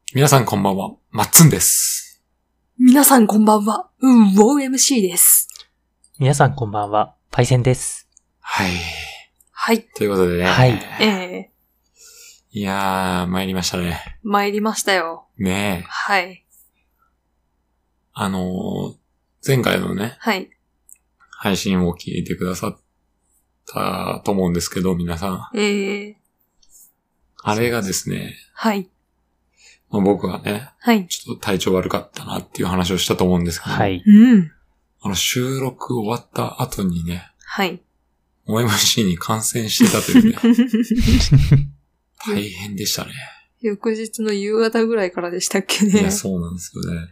皆さんこんばんは、まっつんです。 皆さんこんばんは、WOMC です。 皆さんこんばんは、パイセンです。 はい。 はい。 ということでね。 はい。 いやー、参りましたね。 参りましたよ。 ねえ。 はい。 前回のね。 はい。 配信を聞いてくださったと思うんですけど、皆さん。あれがですね。 はい。 僕はね。 はい。 ちょっと体調悪かったなっていう話をしたと思うんですけど。 はい。 収録終わった後にね。 はい。 OMC に感染してたというね。大変でしたね。 翌日の夕方ぐらいからでしたっけね。 いや、そうなんですよね。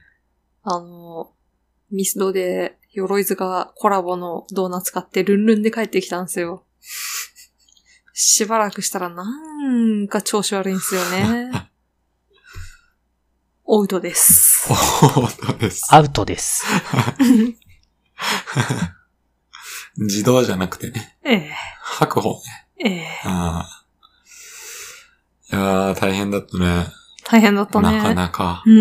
ミスドで、鎧塚コラボのドーナツ買ってルンルンで帰ってきたんですよ。しばらくしたらなんか調子悪いんですよね。アウトです。 アウトです。 アウトです。 自動じゃなくてね。吐く方ね。いやー、大変だったね。 大変だったね。 なかなか。 い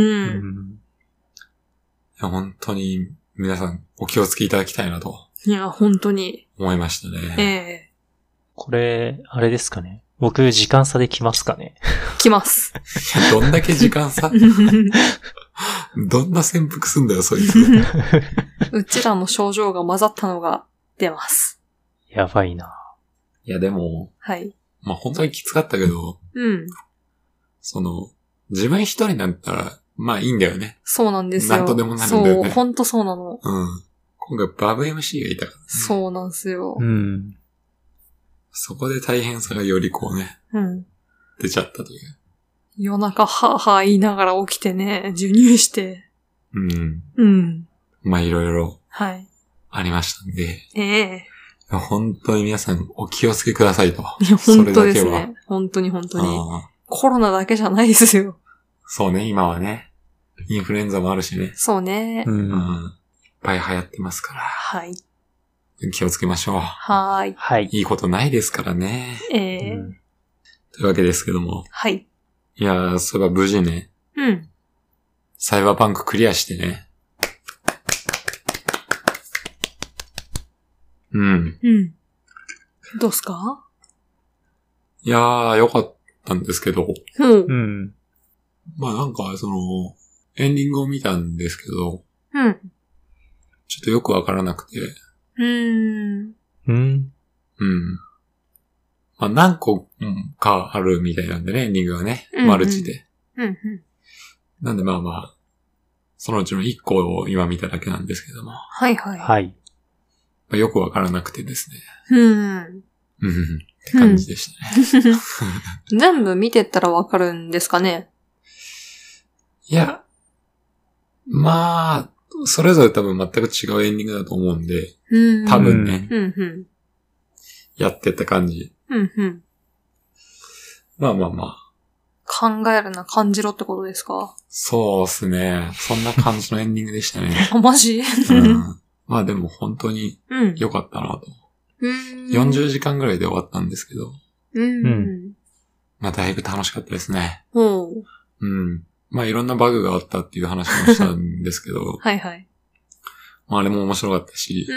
や、本当に皆さんお気をつけいただきたいなと。 いや、本当に。 思いましたね。 これ、あれですかね。僕、時間差で来ますかね。 来ます。 いや、どんだけ時間差どんな潜伏すんだよ、そいつ。 うちらの症状が混ざったのが出ます。 やばいな。 いや、でも。 はい。 まあ、本当にきつかったけど。自分一人なんだったら、まあいいんだよね。 そうなんですよ。 なんとでもなるんだよね。 そう、ほんとそうなの。 今回バブ MC がいたからね。 そうなんですよ。 そこで大変さがよりこうね。出ちゃったという。 夜中はぁはぁ言いながら起きてね、授乳して。 まあいろいろ。 はい。 ありましたんで。本当に皆さんお気をつけくださいと。 いや、本当ですね。本当に本当に。コロナだけじゃないですよ。 そうね、今はね。インフルエンザもあるしね。 そうね。 いっぱい流行ってますから。 はい。 気をつけましょう。 はい。 はい。 いいことないですからね。というわけですけども。 はい。 いやー、そういえば無事ね。サイバーパンククリアしてね。 どうすか？ いやー、よかったんですけど。まあなんか、エンディングを見たんですけど。ちょっとよくわからなくて。まあ何個かあるみたいなんでね、エンディングがね。マルチで。なんでまあまあ、そのうちの1個を今見ただけなんですけども。 はいはい。 はい。 よくわからなくてですね。って感じでしたね。 全部見てったらわかるんですかね？ いや、まあ、それぞれ多分全く違うエンディングだと思うんで、多分ね、やってった感じ。まあまあまあ。 考えるな、感じろってことですか？ そうっすね。そんな感じのエンディングでしたね。 あ、マジ？ まあでも本当に良かったなと。40時間ぐらいで終わったんですけど。まあだいぶ楽しかったですね。まあいろんなバグがあったっていう話もしたんですけど。 はいはい。 まああれも面白かったし。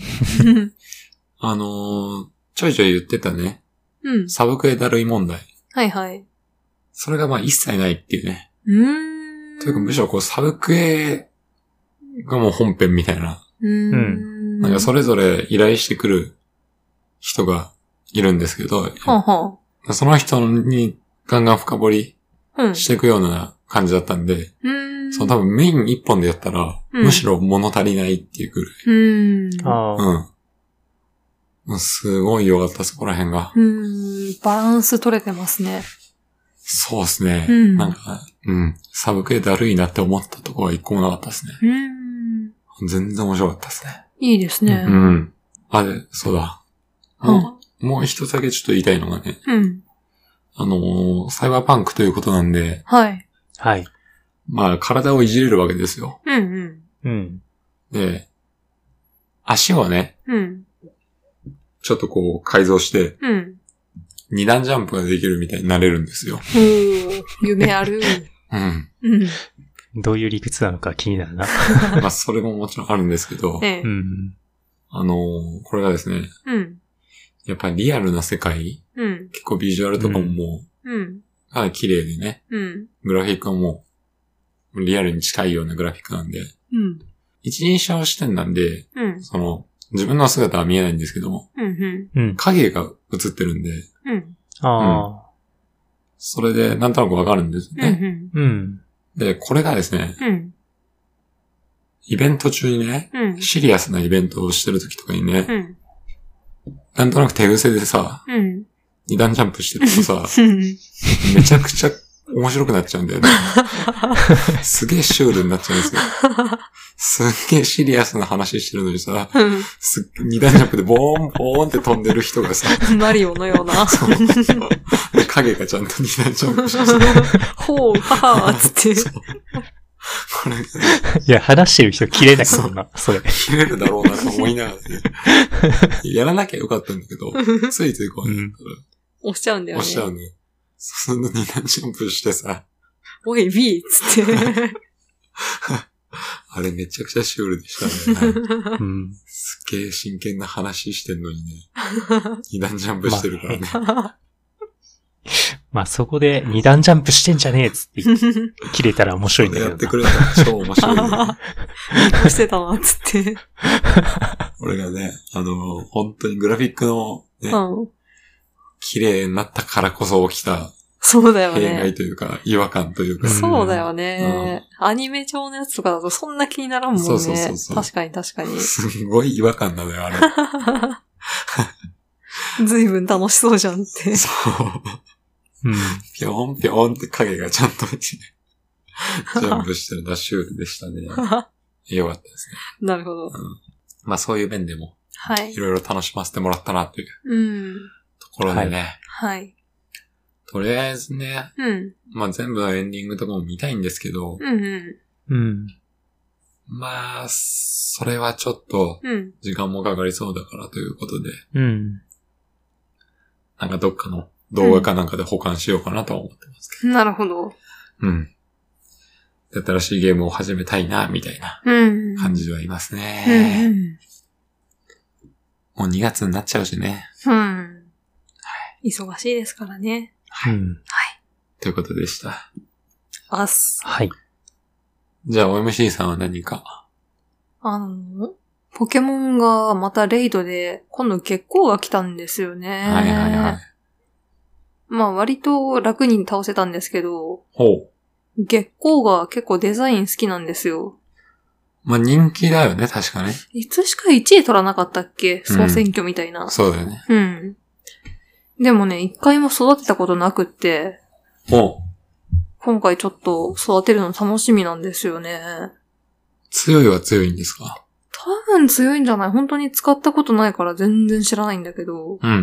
ちょいちょい言ってたね。サブクエだるい問題。 はいはい。 それがまあ一切ないっていうね。というかむしろこうサブクエがもう本編みたいな。なんかそれぞれ依頼してくる人がいるんですけど、その人にガンガン深掘りしていくような感じだったんで、多分メイン一本でやったら、むしろ物足りないっていうくらい。すごい良かった、そこら辺が。 バランス取れてますね。 そうですね。なんか、サブクエだるいなって思ったところは一個もなかったですね。全然面白かったですね。 いいですね。 あれ、そうだ。もう一つだけちょっと言いたいのがね。サイバーパンクということなんで。 はい。 はい。 まあ、体をいじれるわけですよ。で、足をね。ちょっとこう改造して。二段ジャンプができるみたいになれるんですよ。 夢ある。 うん。 うん。 どういう理屈なのか気になるな。 まあ、それももちろんあるんですけど、 ええ。 うん。 これがですね、 うん。 やっぱりリアルな世界、 うん。 結構ビジュアルとかももうん。 う、かなり綺麗でね、 うん。 グラフィックはもう、リアルに近いようなグラフィックなんで、 うん。 一人称視点なんで、 うん。 自分の姿は見えないんですけども、 うん。 うん。 影が映ってるんで、 うん。 ああ。 それでなんとなくわかるんですよね。 うん。 で、これがですね、 うん。 イベント中にね、 うん。 シリアスなイベントをしてる時とかにね、 うん。 なんとなく手癖でさ、 うん。 二段ジャンプしてるとさ、 うん。 めちゃくちゃ面白くなっちゃうんだよね。すげえシュールになっちゃうんですよ。すっげえシリアスな話してるのにさ、二段ジャンプでボーンボーンって飛んでる人がさ、 マリオのような。 そうで影がちゃんと二段ジャンプしてさ、 ほう、ははーつって。 これ、 いや、話してる人切れないかもな、それ。 切れるだろうなと思いながらね。やらなきゃよかったんだけど、ついついこう、 押しちゃうんだよね。 押しちゃうのよ。その二段ジャンプしてさ、 おい、ビーつって。 あれめちゃくちゃシュールでしたね。 うん。 すっげえ真剣な話してんのにね。二段ジャンプしてるからね。 まあそこで二段ジャンプしてんじゃねえっつって切れたら面白いんだけどな。 やってくれたら超面白い、ね。 見越してたな、つって。 俺がね、本当にグラフィックのね、 うん。 綺麗になったからこそ起きたそうだよ弊害ね。 というか、違和感というか。 そうだよね。アニメ上のやつとかだとそんな気にならんもんね。 そう確かに確かに。 すごい違和感なのよ、あれ。 ずいぶん楽しそうじゃんって。 そう。 うん。 ぴょんぴょんって影がちゃんと、ジャンプしてるのはシュールでしたね。よかったですね。 なるほど。 まあそういう面でも、 はい。 いろいろ楽しませてもらったなといううん。 ところでね。 はい。 とりあえずね、 うん。 まあ全部のエンディングとかも見たいんですけど、 うんうん。 うん。 まあ、それはちょっと、 うん。 時間もかかりそうだからということで、 うん。 なんかどっかの動画かなんかで保管しようかなとは思ってますけなるほど。 ど。うん。新しいゲームを始めたいな、みたいなうん。 感じではいますうんね。もう2月になっちゃうしね。 うん。うん。忙しいですからね。 うん。 ということでした。 あっす。 はい。 じゃあ OMC さんは何か。 ポケモンがまたレイドで、今度月光が来たんですよね。 はいはいはい。 まあ割と楽に倒せたんですけど、 ほう。 月光が結構デザイン好きなんですよ。 まあ人気だよね、確かね。 いつしか1位取らなかったっけ総選挙みたいな。 そうだよね。 うん。でもね、一回も育てたことなくって、 ほう。 今回ちょっと育てるの楽しみなんですよね。 強いは強いんですか？ 多分強いんじゃない？本当に使ったことないから全然知らないんだけど。 うん。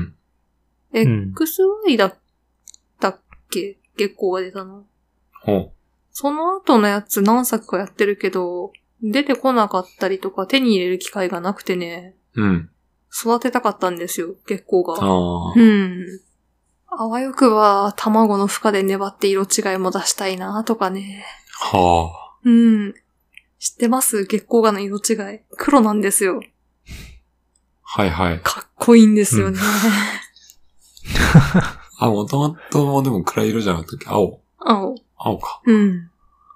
XY だったっけ？月光が出たの。 ほう。 その後のやつ何作かやってるけど、出てこなかったりとか手に入れる機会がなくてね。 うん。 育てたかったんですよ、月光が。 ああ。 うん。あわよくは卵の孵化で粘って色違いも出したいなとかね。 はあ。 うん。知ってます？月光がの色違い。黒なんですよ。 はいはい。 かっこいいんですよね。 あ、もともとでも暗い色じゃなかったっけ？青。青か。 うん。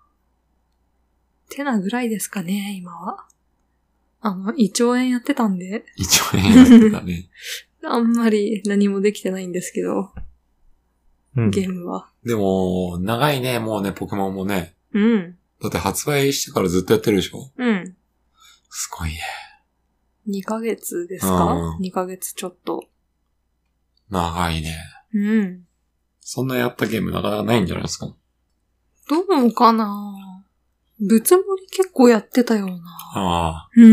てなぐらいですかね、今は。胃腸炎やってたんで。 胃腸炎やってたね。 あんまり何もできてないんですけど。 うん、 ゲームは。 でも、長いね、もうね、ポケモンもね。 うん。 だって発売してからずっとやってるでしょ？ うん。 すごいね。 2ヶ月ですか？ 2 ヶ月ちょっと。 長いね。 うん。 そんなやったゲームなかなかないんじゃないですか？ どうかな？物盛り結構やってたような。 ああ。 うん。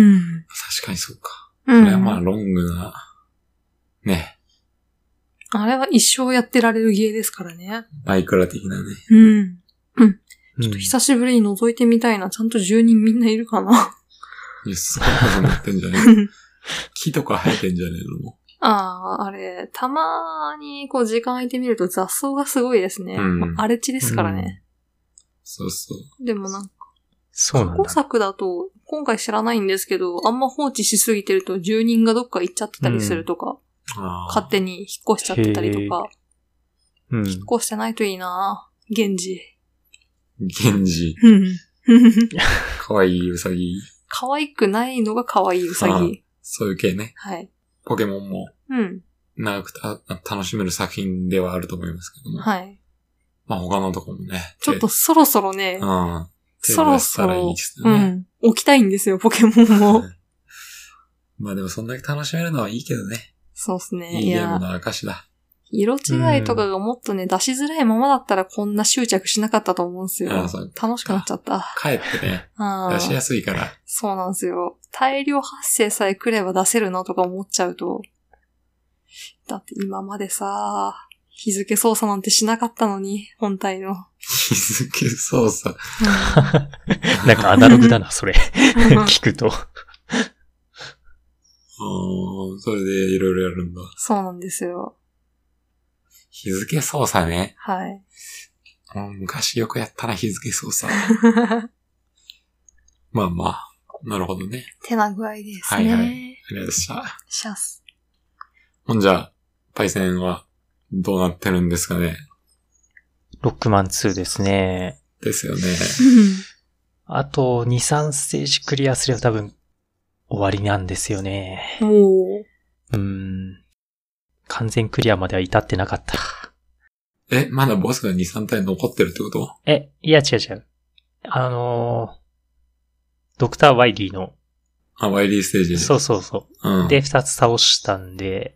確かにそうか。 うん。 それはまあロングな、ね。 あれは一生やってられるゲーですからね。 マイクラ的なね。 うん。うん。ちょっと久しぶりに覗いてみたいな。ちゃんと住人みんないるかな。 いや、すごいことなってんじゃねえ木とか生えてんじゃねえのも。 ああ、あれ、たまにこう時間空いてみると雑草がすごいですね。 うん荒れ地ですからね。 そうそう。 でもなんか、 そうなんだ。 過去作だと、今回知らないんですけど、あんま放置しすぎてると住人がどっか行っちゃってたりするとか、勝手に引っ越しちゃってたりとか、引っ越してないといいなぁ。源氏。 源氏。かわいいウサギ。 可愛くないのが可愛いウサギ。 そういう系ね。 はい。 ポケモンも、長く楽しめる作品ではあると思いますけども。 はい。 まあ他のとこもね。 ちょっとそろそろね、そろそろ、置きたいんですよ、ポケモンも。 まあでもそんだけ楽しめるのはいいけどね。 そうっすね。 いいゲームの証だ。 色違いとかがもっとね、出しづらいままだったらこんな執着しなかったと思うんですよ。楽しくなっちゃった。 かえってね、出しやすいから。 そうなんですよ。大量発生さえ来れば出せるなとか思っちゃうと。だって今までさ、日付操作なんてしなかったのに、本体の。 日付操作。 なんかアナログだな、それ。聞くと。 それでいろいろやるんだ。 そうなんですよ。 日付操作ね。 はい。 昔よくやったな、日付操作。まあまあ、なるほどね。 手な具合ですね。 はいはい。ありがとうございました。 シャス。 ほんじゃ、パイセンはどうなってるんですかね。 ロックマン2ですね。 ですよね。 あと2、3ステージクリアすれば多分終わりなんですよね。完全クリアまでは至ってなかった。 まだボスが2、3体残ってるってこと？ いや違う。ドクター・ワイリーの。 ワイリーステージ。 そう。で、2つ倒したんで。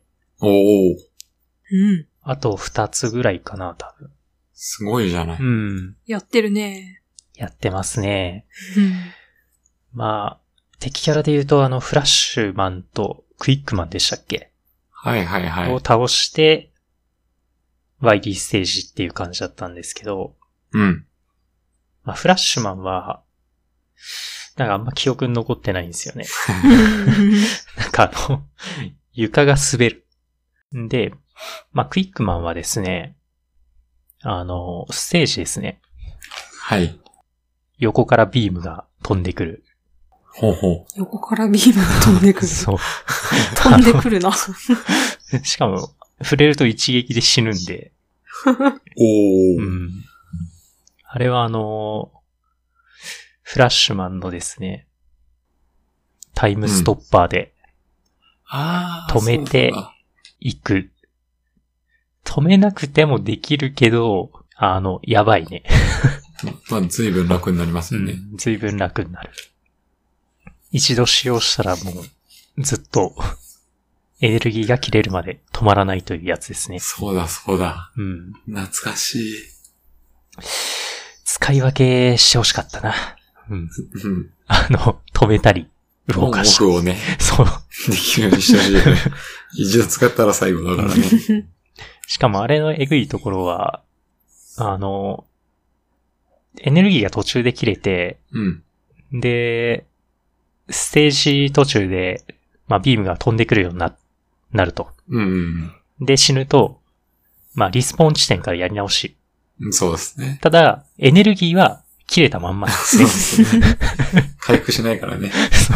あと2つぐらいかな、多分。 すごいじゃない。 やってるね。 やってますね。まあ、敵キャラで言うとフラッシュマンとクイックマンでしたっけ？ はいはいはい。 を倒して、ワイリーステージっていう感じだったんですけど。まあ、フラッシュマンは、なんかあんま記憶に残ってないんですよね。なんか床が滑る。んで、まあ、クイックマンはですね、ステージですね。 はい。 横からビームが飛んでくる。 横からビームが飛んでくる。 そう。 飛んでくるな。 しかも、触れると一撃で死ぬんで。あれはフラッシュマンのですね、タイムストッパーで、止めていく。止めなくてもできるけど、やばいね。 まあ、随分楽になりますよね。 随分楽になる。一度使用したらもう、ずっと、エネルギーが切れるまで止まらないというやつですね。 そうだ。懐かしい。 使い分けしてほしかったな。止めたり、動かし。 オフをね。 そう。 できるようにしてほしいよね。一度使ったら最後だからね。 しかもあれのエグいところは、エネルギーが途中で切れて、で、ステージ途中で、まあ、ビームが飛んでくるようになると。で、死ぬと、まあ、リスポーン地点からやり直し。 そうですね。 ただ、エネルギーは切れたまんまですね。 回復しないからね。 そう。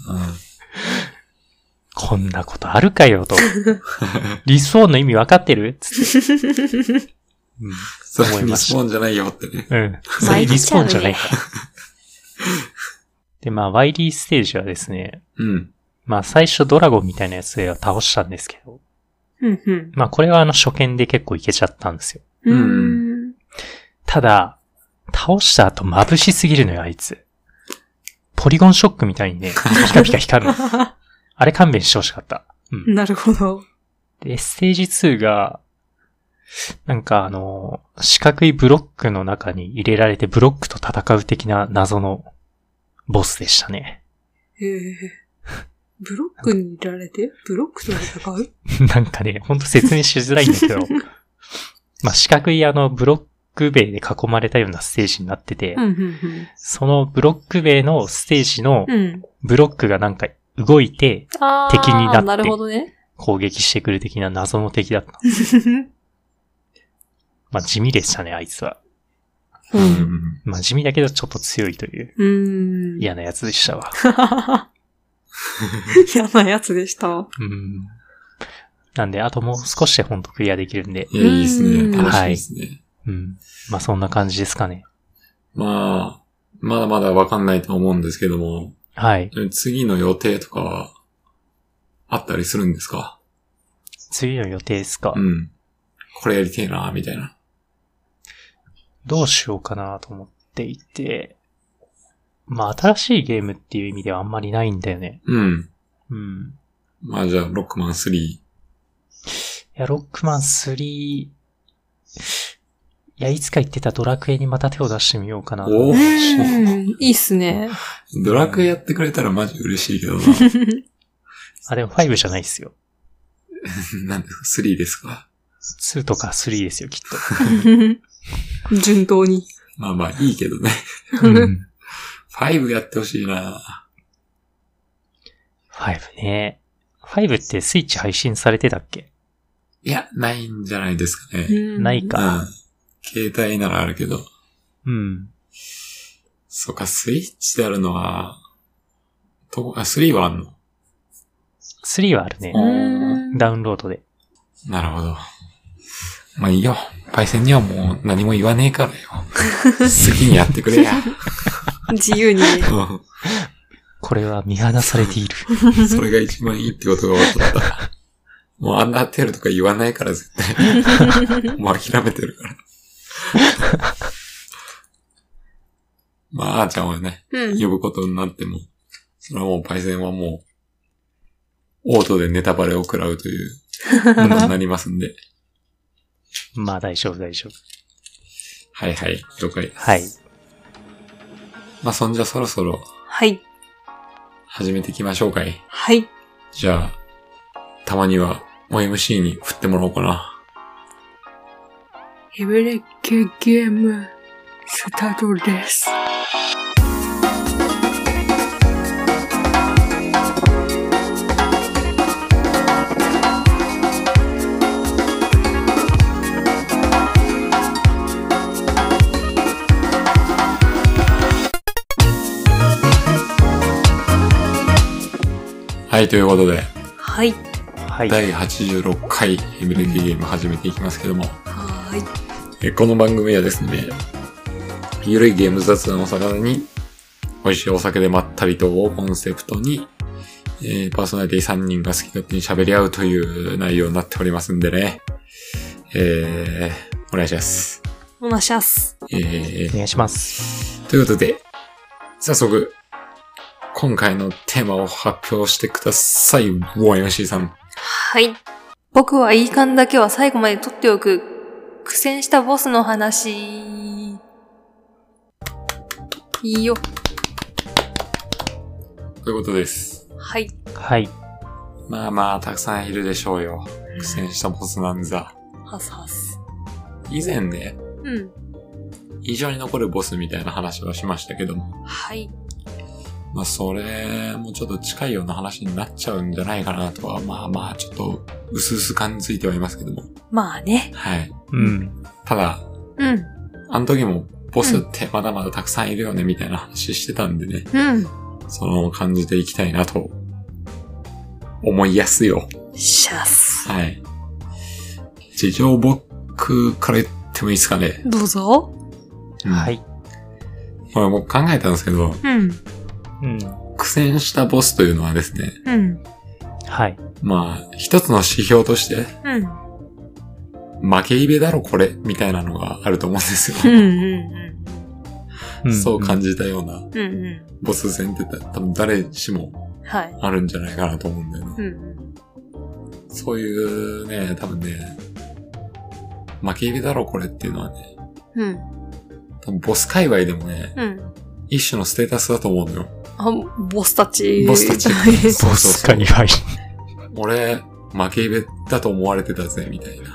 こんなことあるかよと。リスポーンの意味分かってるつって。 それリスポーンじゃないよってね。 それリスポーンじゃないから。で、まあ、ワイリーステージはですね。まあ、最初ドラゴンみたいなやつでは倒したんですけど。まあ、これは初見で結構いけちゃったんですよ。ただ、倒した後眩しすぎるのよ、あいつ。ポリゴンショックみたいにね、ピカピカ光るの。あれ勘弁してほしかった。 なるほど。 で、ステージ2が、なんか四角いブロックの中に入れられてブロックと戦う的な謎のボスでしたね。 ブロックに入れられてブロックと戦うなんかね、ほんと説明しづらいんだけど、まあ、四角いブロック塀で囲まれたようなステージになってて、そのブロック塀のステージのブロックがなんか動いて敵になって攻撃してくる的な謎の敵だった。まあ、地味でしたね、あいつは。 うん。まあ地味だけどちょっと強いという。嫌なやつでしたわ。 嫌なやつでした。 なんで、あともう少しでほんとクリアできるんで。 いや、いいですね。楽しいですね。 はい。まあそんな感じですかね。 まあ、まだまだわかんないと思うんですけども。 はい。 次の予定とかは、あったりするんですか？ 次の予定ですか？ これやりてえな、みたいな。 どうしようかなと思っていて。まあ新しいゲームっていう意味ではあんまりないんだよね。まあじゃあ、ロックマン3。いや、ロックマン3、いや、いつか言ってたドラクエにまた手を出してみようかな。 いいっすね。 ドラクエやってくれたらマジ嬉しいけどな。 あ、でも5じゃないっすよ。 何ですか？ 3 ですか？ 2 とか3ですよ、きっと。 順当に。 まあまあいいけどね。5やってほしいな。 5ね。5ってスイッチ配信されてたっけ？ いや、ないんじゃないですかね。 ないか。 携帯ならあるけど。そうか、スイッチであるのは、3はあんの ？3はあるね。ダウンロードで。 なるほど。まあいいよ。パイセンにはもう何も言わねえからよ。好きにやってくれや。 自由にね。 これは見放されている。 それが一番いいってことが分かった。もうアンダーテールとか言わないから絶対。もう諦めてるから。まあ、あーちゃんはね、呼ぶことになっても、それはもうパイセンはもう、オートでネタバレを食らうというものになりますんで。 まあ大丈夫大丈夫。 はいはい、了解です。 はい。 まあそんじゃそろそろ。 はい。 始めていきましょうかい。 はい。 じゃあ、たまには OMC に振ってもらおうかな。 ヘブレッケゲーム、スタートです。 はい、ということで。 はい。 第86回ヘブレッケゲーム始めていきますけども。この番組はですね、ゆるいゲーム雑談を魚に、美味しいお酒でまったりとをコンセプトに、パーソナリティ3人が好き勝手に喋り合うという内容になっておりますんでね。お願いします。 お願いします。 お願いします。 ということで、早速、今回のテーマを発表してください、YMC さん。 はい。僕はいい感だけは最後まで取っておく。苦戦したボスの話。いいよ。 ということです。 はい。 はい。 まあまあ、たくさんいるでしょうよ。苦戦したボスなんざ。 はすはす。 以前ね、印象に残るボスみたいな話はしましたけども。 はい。 まあ、それもちょっと近いような話になっちゃうんじゃないかなとは、まあまあ、ちょっと、薄々感づいてはいますけども。 まあね。 はい。ただ、 あの時も、ボスってまだまだたくさんいるよね、みたいな話してたんでね。その感じでいきたいなと、思いやすよ。 シャス。 はい。事情僕から言ってもいいですかね。 どうぞ。 はい。 これ僕考えたんですけど、苦戦したボスというのはですね、 はい。 まあ、一つの指標として、負けイベだろこれ、みたいなのがあると思うんですよ。そう感じたような、ボス戦って多分誰しもあるんじゃないかなと思うんだよね。そういうね、多分ね、負けイベだろこれっていうのはね、多分ボス界隈でもね、一種のステータスだと思うのよ。 ボスたち。 ボスたち。 ボス界隈。 俺、負けイベだと思われてたぜ、みたいな。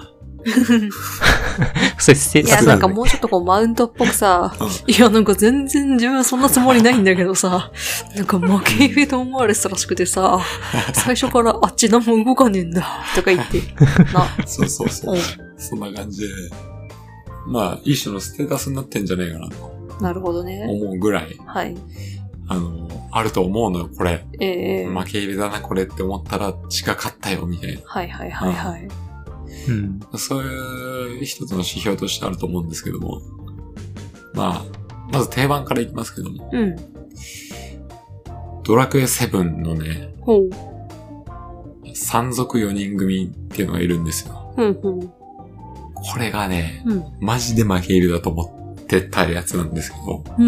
それステータスなんだね。 いや、なんかもうちょっとこうマウントっぽくさ、いや、なんか全然自分そんなつもりないんだけどさ、なんか負けイベと思われてたらしくてさ、最初からあっち何も動かねえんだ、とか言って。 そう。そんな感じで。 まあ、一種のステータスになってんじゃねえかなと。 なるほどね。 思うぐらい。 はい。 あると思うのよ、これ。負け入れだな、これって思ったら、近かったよ、みたいな。 はいはいはいはい。 うん。 そういう一つの指標としてあると思うんですけども。まあ、まず定番からいきますけども。 うん。 ドラクエ7のね、 ほう。 山賊4人組っていうのがいるんですよ。 ほうほう。 これがね、マジで負け入れだと思ってたやつなんですけど。 うん。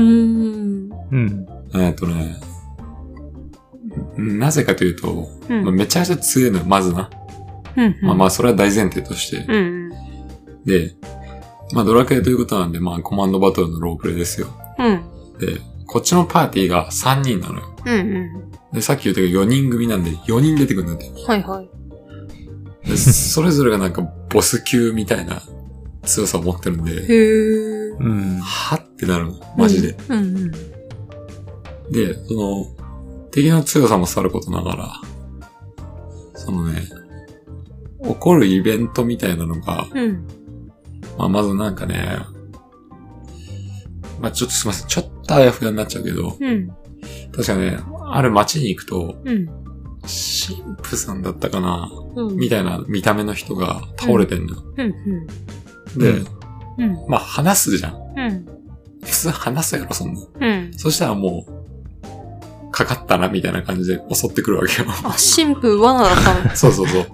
なぜかというと、まあ、めちゃくちゃ強いのよ、まずな。まあ、それは大前提として。で、まあ、ドラクエということなんで、まあ、コマンドバトルのロープレイですよ。で、こっちのパーティーが3人なのよ。で、さっき言ったけど4人組なんで、4人出てくるんだって。 はいはい。 で、それぞれがなんか、ボス級みたいな強さを持ってるんで、はってなるの、マジで。で、敵の強さもさることながら、起こるイベントみたいなのが、まあ、まずなんかね、まあ、ちょっとすいません、ちょっとあやふやになっちゃうけど、確かね、ある街に行くと、神父さんだったかな、みたいな見た目の人が倒れてんのよ。で、まあ、話すじゃん。普通話すやろ、そんな。そしたらもう、かかったな、みたいな感じで襲ってくるわけよ。 あ、神父罠だったのそうそうそう。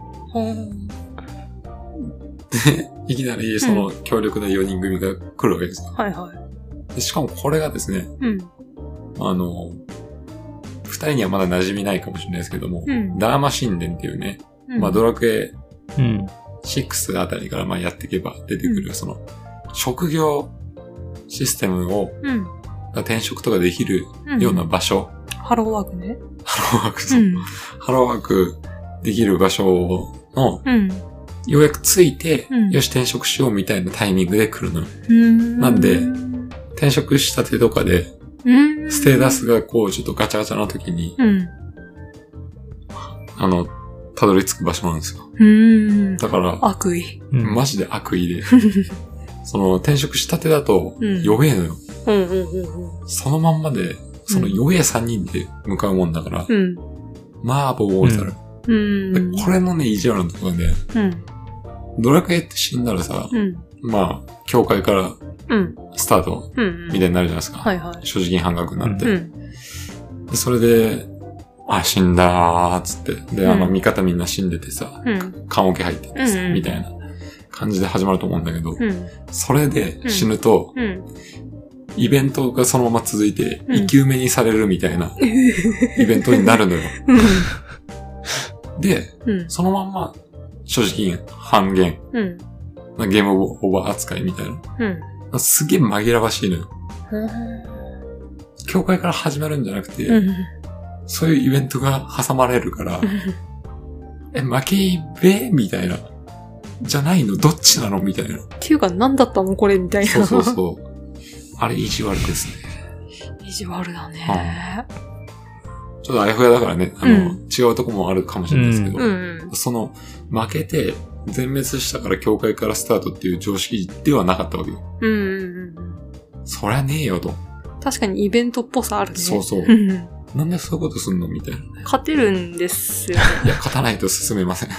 で、いきなりその強力な4人組が来るわけですよ。 はいはい。 でしかもこれがですね、二人にはまだ馴染みないかもしれないですけども、ダーマ神殿っていうね、まあドラクエ6あたりからまあやっていけば出てくる、その、職業システムを、転職とかできるような場所。 ハローワークね。 ハローワーク、そう。ハローワークできる場所の、ようやくついて、よし転職しようみたいなタイミングで来るの。なんで、転職したてとかで、ステータスがこうちょっとガチャガチャな時に、たどり着く場所なんですよ。だから、 悪意。 マジで悪意で。転職したてだと、弱えのよ。そのまんまで、弱え3人で向かうもんだから、まあ、ボーボーになる。これのね、意地悪なところで、ドラクエって死んだらさ、まあ、教会からスタートみたいになるじゃないですか。所持金半額になって。でそれで、あ、死んだーっつって。で、味方みんな死んでてさ、棺桶入っててさ、みたいな感じで始まると思うんだけど、それで死ぬと、イベントがそのまま続いて、生き埋めにされるみたいな、イベントになるのよ。で、そのまんま、所持金半減、ゲームオーバー扱いみたいな。すげえ紛らわしいのよ。教会から始まるんじゃなくて、そういうイベントが挟まれるから、負けいべみたいな。じゃないのどっちなのみたいな。 っていうか何だったのこれみたいな。 そうそうそう。あれ意地悪ですね。 意地悪だね。 ちょっとあやふやだからね、違うとこもあるかもしれないですけど、負けて全滅したから教会からスタートっていう常識ではなかったわけよ。そりゃねえよと。 確かにイベントっぽさあるね。 そうそう。なんでそういうことすんのみたいな、ね。 勝てるんですよね。 いや、勝たないと進めません。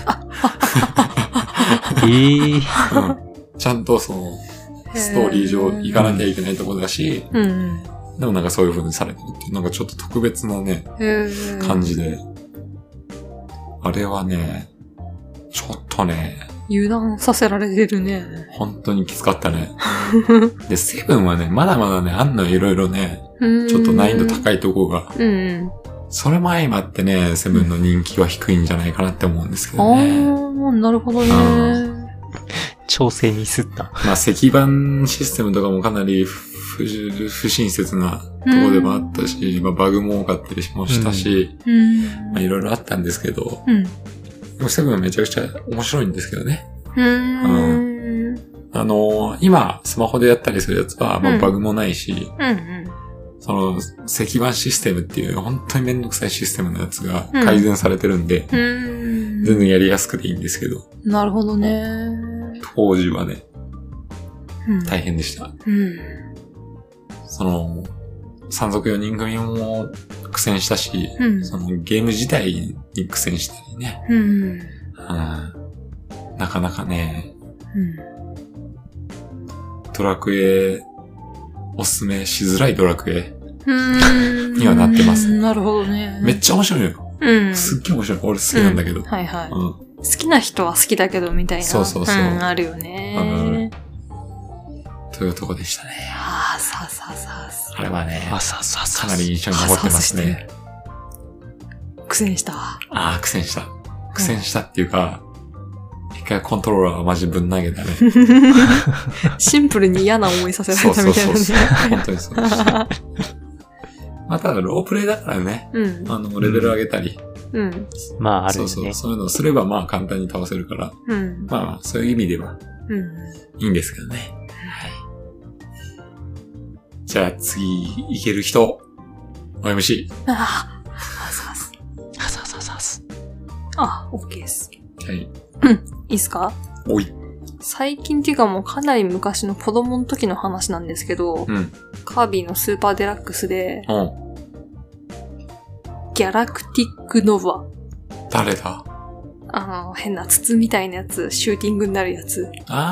ちゃんとストーリー上行かなきゃいけないところだし、でもなんかそういう風にされてるっていう、なんかちょっと特別なね、感じで。あれはね、ちょっとね、 油断させられてるね。 本当にきつかったね。で、セブンはね、まだまだね、あんのいろいろね、ちょっと難易度高いとこが。それも相まってね、セブンの人気は低いんじゃないかなって思うんですけどね。 なるほどね。 調整ミスった。 まあ、石板システムとかもかなり不親切なところでもあったし、まあ、バグも多かったりもしたし、まあ、いろいろあったんですけど、でもセブンはめちゃくちゃ面白いんですけどね。今、スマホでやったりするやつは、まあ、バグもないし、石板システムっていう本当にめんどくさいシステムのやつが改善されてるんで、全然やりやすくていいんですけど。 なるほどね。 当時はね。 大変でした。山賊4人組も苦戦したし、そのゲーム自体に苦戦したりね。なかなかね、ドラクエ、おすすめしづらいドラクエにはなってます。 なるほどね。 めっちゃ面白いよ。すっげえ面白い。俺好きなんだけど。 はいはい。好きな人は好きだけどみたいな。 そう。 あるよね。 というとこでしたね。あれはね、かなり印象に残ってますね。 苦戦した。 苦戦した。苦戦したっていうか、一回コントローラーはマジぶん投げたね。 シンプルに嫌な思いさせられたみたいなね。 本当にそう。まあ、ただロープレイだからね。レベル上げたり。 まあ、あるよね。 そういうのをすればまあ簡単に倒せるから。まあ、そういう意味では、いいんですけどね。はい。じゃあ次、いける人。OMC。 OK です。 はい。 いいっすか？ おい。 最近っていうかもうかなり昔の子供の時の話なんですけど、カービィのスーパーデラックスで、ギャラクティックノヴァ。 誰だ？ 変な筒みたいなやつ、シューティングになるやつ。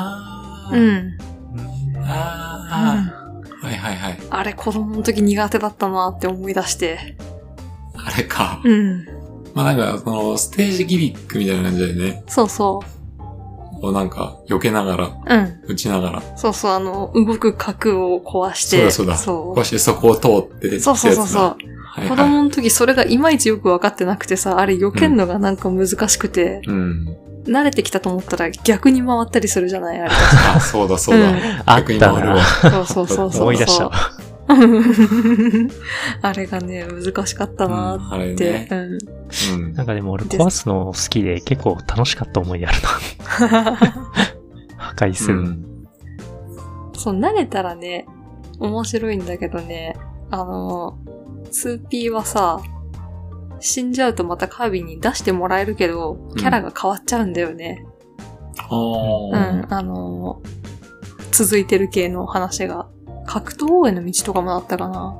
はいはいはい。 あれ子供の時苦手だったなって思い出して。 あれか。まあなんか、ステージギミックみたいな感じだよね。 そう。 こうなんか、避けながら、打ちながら。 そう、動く角を壊して。 そうだ。壊してそこを通って。 そう。子供の時それがいまいちよくわかってなくてさ、あれ避けんのがなんか難しくて。慣れてきたと思ったら逆に回ったりするじゃないあれ。 そうだ。 逆に回るわ。 そう。 思い出した。 あれがね、難しかったなーって。 なんかでも俺壊すの好きで結構楽しかった思い出あるな。破壊する。 そう、慣れたらね、面白いんだけどね、2P はさ、死んじゃうとまたカービィに出してもらえるけど、キャラが変わっちゃうんだよね。続いてる系の話が。格闘王への道とかもあったかな。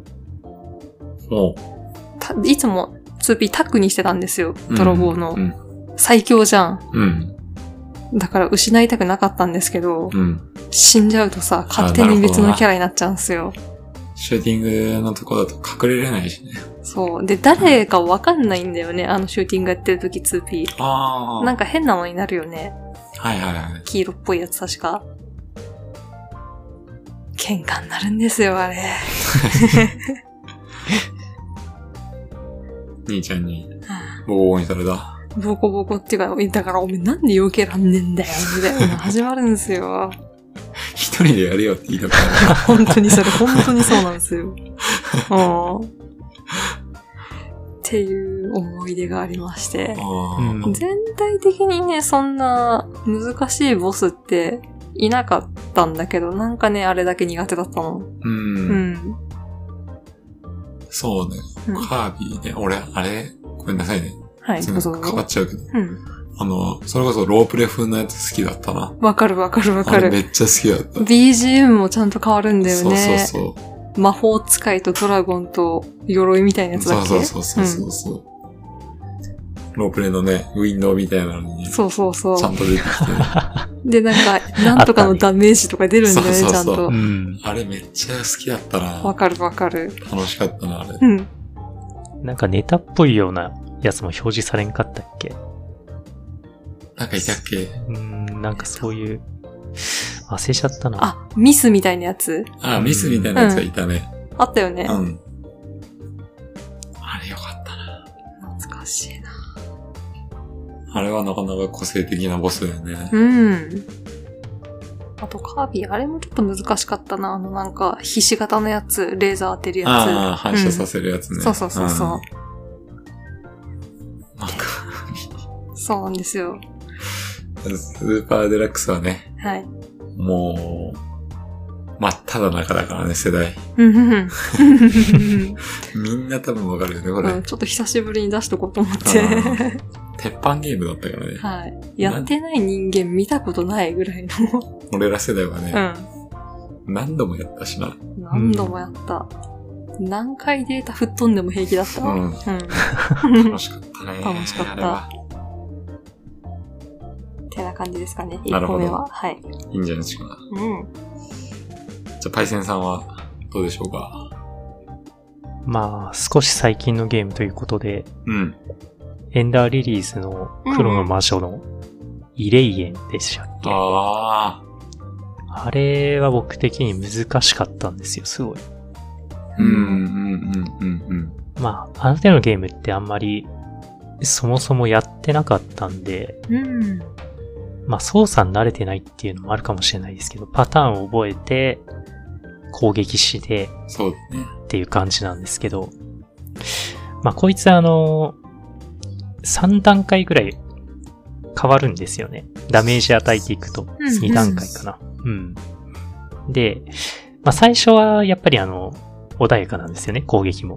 いつも 2P タッグにしてたんですよ。泥棒の。最強じゃん。だから失いたくなかったんですけど、死んじゃうとさ、勝手に別のキャラになっちゃうんですよ。 シューティングのとこだと隠れれないしね。 そう。で、誰かわかんないんだよね。シューティングやってるとき 2P。なんか変なのになるよね。黄色っぽいやつ確か。喧嘩になるんですよ、あれ。 兄ちゃんに、ボコボコにされた。 ボコボコっていうか、だからお前なんで避けらんねんだよ、みたいなの始まるんですよ。 一人でやれよって言いたくなる。 本当にそうなんですよ。っていう思い出がありまして。全体的にね、そんな難しいボスっていなかったんだけど、なんかね、あれだけ苦手だったの。 そうね。カービィね。俺、あれ、ごめんなさいね。 はい、 かかっちゃうけど。それこそロープレ風のやつ好きだったな。 わかる。 あれめっちゃ好きだった。 BGM もちゃんと変わるんだよね。 そう。 魔法使いとドラゴンと鎧みたいなやつだっけ？ そう。ロープレのね、ウィンドウみたいなのに、 そう。ちゃんと出てきて。 で、なんか、なんとかのダメージとか出るんだよね、ちゃんと。 あれめっちゃ好きだったな。 わかる。楽しかったな、あれ。 なんかネタっぽいようなやつも表示されんかったっけ？ なんかいたっけ？ なんかそういう、忘れちゃったな。 ミスみたいなやつ？ ミスみたいなやつがいたね。 あったよね。 あれよかったな。 懐かしいな。 あれはなかなか個性的なボスだよね。 あとカービィ、あれもちょっと難しかったな。なんか、ひし形のやつ、レーザー当てるやつ。 反射させるやつね。 そう。そうなんですよ。 スーパーデラックスはね。 はい。 もう、真っ只中だからね、世代。みんな多分わかるよね、これ。 ちょっと久しぶりに出しとこうと思って。 鉄板ゲームだったからね。 はい。やってない人間見たことないぐらいの。 俺ら世代はね、何度もやったしな。 何度もやった。何回データ吹っ飛んでも平気だったわ。 楽しかったね。 楽しかった。てな感じですかね、1個目は。はい。 いいんじゃないですか。じゃあ、パイセンさんはどうでしょうか。 まあ、少し最近のゲームということで、エンダーリリースの黒の魔女のイレイエンでしたっけ？あれは僕的に難しかったんですよ、すごい。まあ、あの手のゲームってあんまりそもそもやってなかったんで、まあ操作に慣れてないっていうのもあるかもしれないですけど、パターンを覚えて攻撃してっていう感じなんですけど、まあこいつ3段階ぐらい変わるんですよね。ダメージ与えていくと2段階かな。で、まあ最初はやっぱり穏やかなんですよね、攻撃も。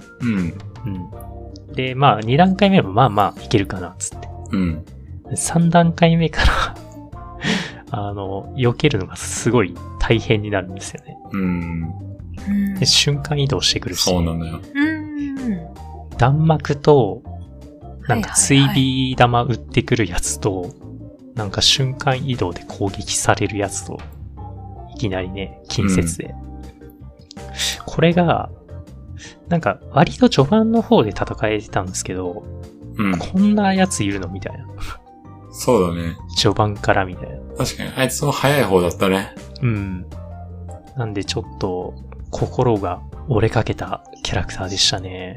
で、まあ2段階目もまあまあいけるかな、つって。3段階目から避けるのがすごい大変になるんですよね。で、瞬間移動してくるし。 そうなんだよ。 弾幕と、なんか追尾玉撃ってくるやつと、なんか瞬間移動で攻撃されるやつと、いきなりね、近接で。これが、なんか割と序盤の方で戦えてたんですけど、こんなやついるのみたいな。 そうだね。 序盤からみたいな。 確かに、あいつも早い方だったね。 なんでちょっと、心が折れかけたキャラクターでしたね。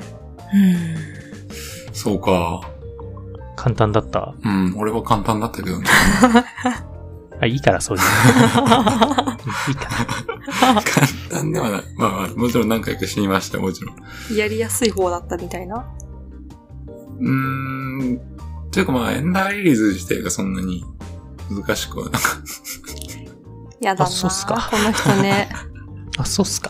そうか。 簡単だった？ 俺は簡単だったけどね。 いいから、そういうの。いいかな。簡単ではない。まあ、もちろん何回か死にました、もちろん。 やりやすい方だったみたいな。 というかまあ、エンダーリリーズ自体がそんなに難しくはなかった。 やだなそうっすか。 この人ね。 そうっすか。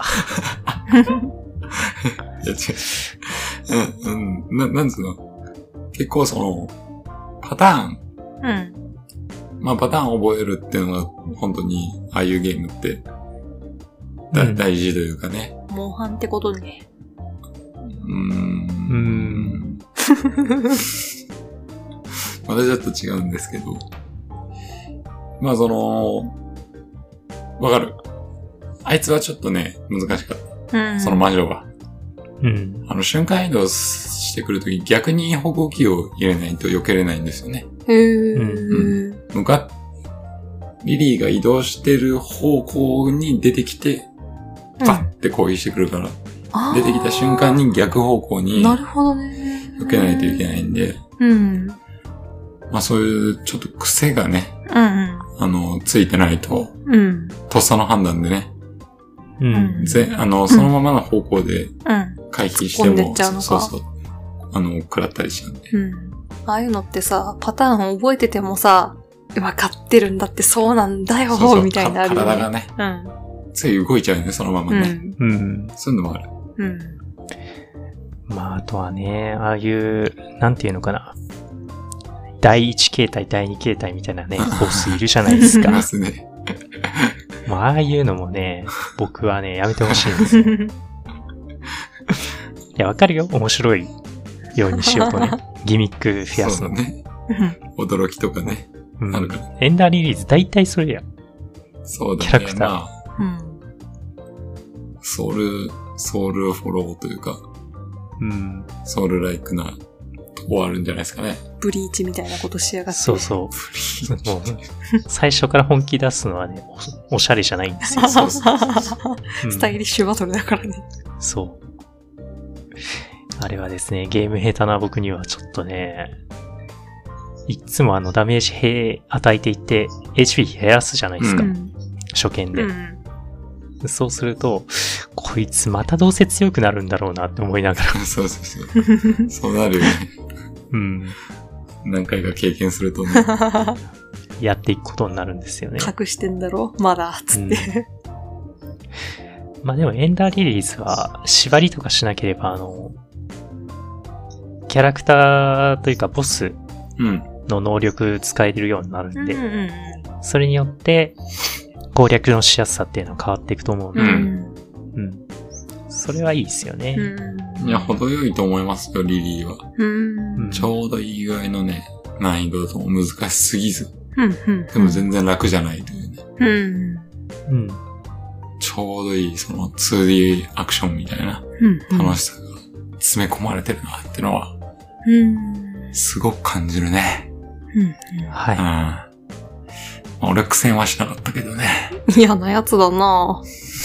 いや、違う。なんつうの。結構パターン。まあ、パターンを覚えるっていうのが、本当に、ああいうゲームって、大事というかね。 モンハンってことね。 またちょっと違うんですけど。まあわかる。あいつはちょっとね、難しかった。その魔女が。瞬間移動してくるとき逆に歩行器を入れないと避けれないんですよね。リリーが移動してる方向に出てきて、バッて攻撃してくるから、出てきた瞬間に逆方向に避けないといけないんで、まあそういうちょっと癖がね、ついてないと、とっさの判断でね、そのままの方向で回避しても、食らったりしちゃうんで。 ああいうのってさ、パターン覚えててもさ、分かってるんだってそうなんだよ、みたいになるよね。 体がね、つい動いちゃうよね、そのままね。そういうのもある。 まあ、あとはね、ああいう、なんていうのかな。第1形態、第2形態みたいなね、ボスいるじゃないですか。 いますね。 もうああいうのもね、僕はね、やめてほしいんですよ。いや、わかるよ。面白いようにしようとね。ギミック増やすの。 そうだね。驚きとかね。あるから。 エンダーリリーズ大体それや。 そうだね。 キャラクター。 まあ、ソウルフォローというか、ソウルライクなとこあるんじゃないですかね。 ブリーチみたいなことしやがって。 そうそう。もう最初から本気出すのはね、おしゃれじゃないんですよ。 スタイリッシュバトルだからね。 そう。あれはですね、ゲーム下手な僕にはちょっとね、いつもダメージ与えていって、HP 減らすじゃないですか。初見で。そうすると、こいつまたどうせ強くなるんだろうなって思いながら。 そう。そうなるよね。何回か経験するとね。 やっていくことになるんですよね。 隠してんだろまだ、つって。 まあでもエンダーリリースは縛りとかしなければキャラクターというかボスの能力使えるようになるんで、それによって攻略のしやすさっていうのは変わっていくと思うんで、それはいいですよね。 いや、程よいと思いますよ、リリーは。ちょうどいいぐらいのね、難易度とも難しすぎず。でも全然楽じゃないというね。ちょうどいい、その 2D アクションみたいな楽しさが詰め込まれてるなってのは、すごく感じるね。 はい。 俺苦戦はしなかったけどね。 嫌なやつだな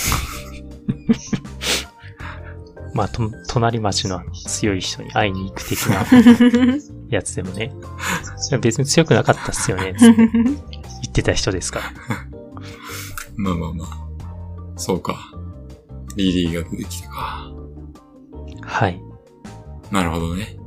まあ、隣町の強い人に会いに行く的なやつでもね。別に強くなかったっすよね。言ってた人ですから。 まあ。そうか。リリーが出てきたか。 はい。 なるほどね。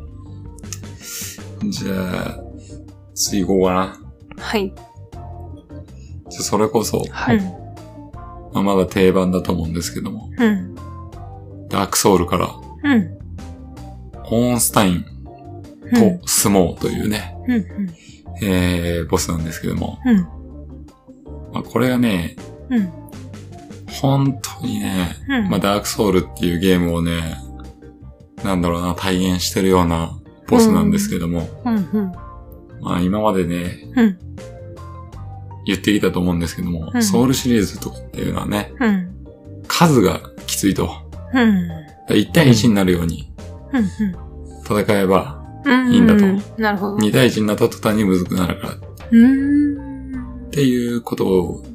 じゃあ、次行こうかな。 はい。 じゃあそれこそ、 はい。 まだ定番だと思うんですけども。ダークソウルから、オーンスタインとスモーというね、ボスなんですけども。これがね、本当にね、ダークソウルっていうゲームをね、体現してるようなボスなんですけども、今までね、言ってきたと思うんですけども、ソウルシリーズとかっていうのはね、数がきついと。1対1になるように戦えばいいんだと。 なるほど。 2対1になった途端にむずくなるから。っていうことを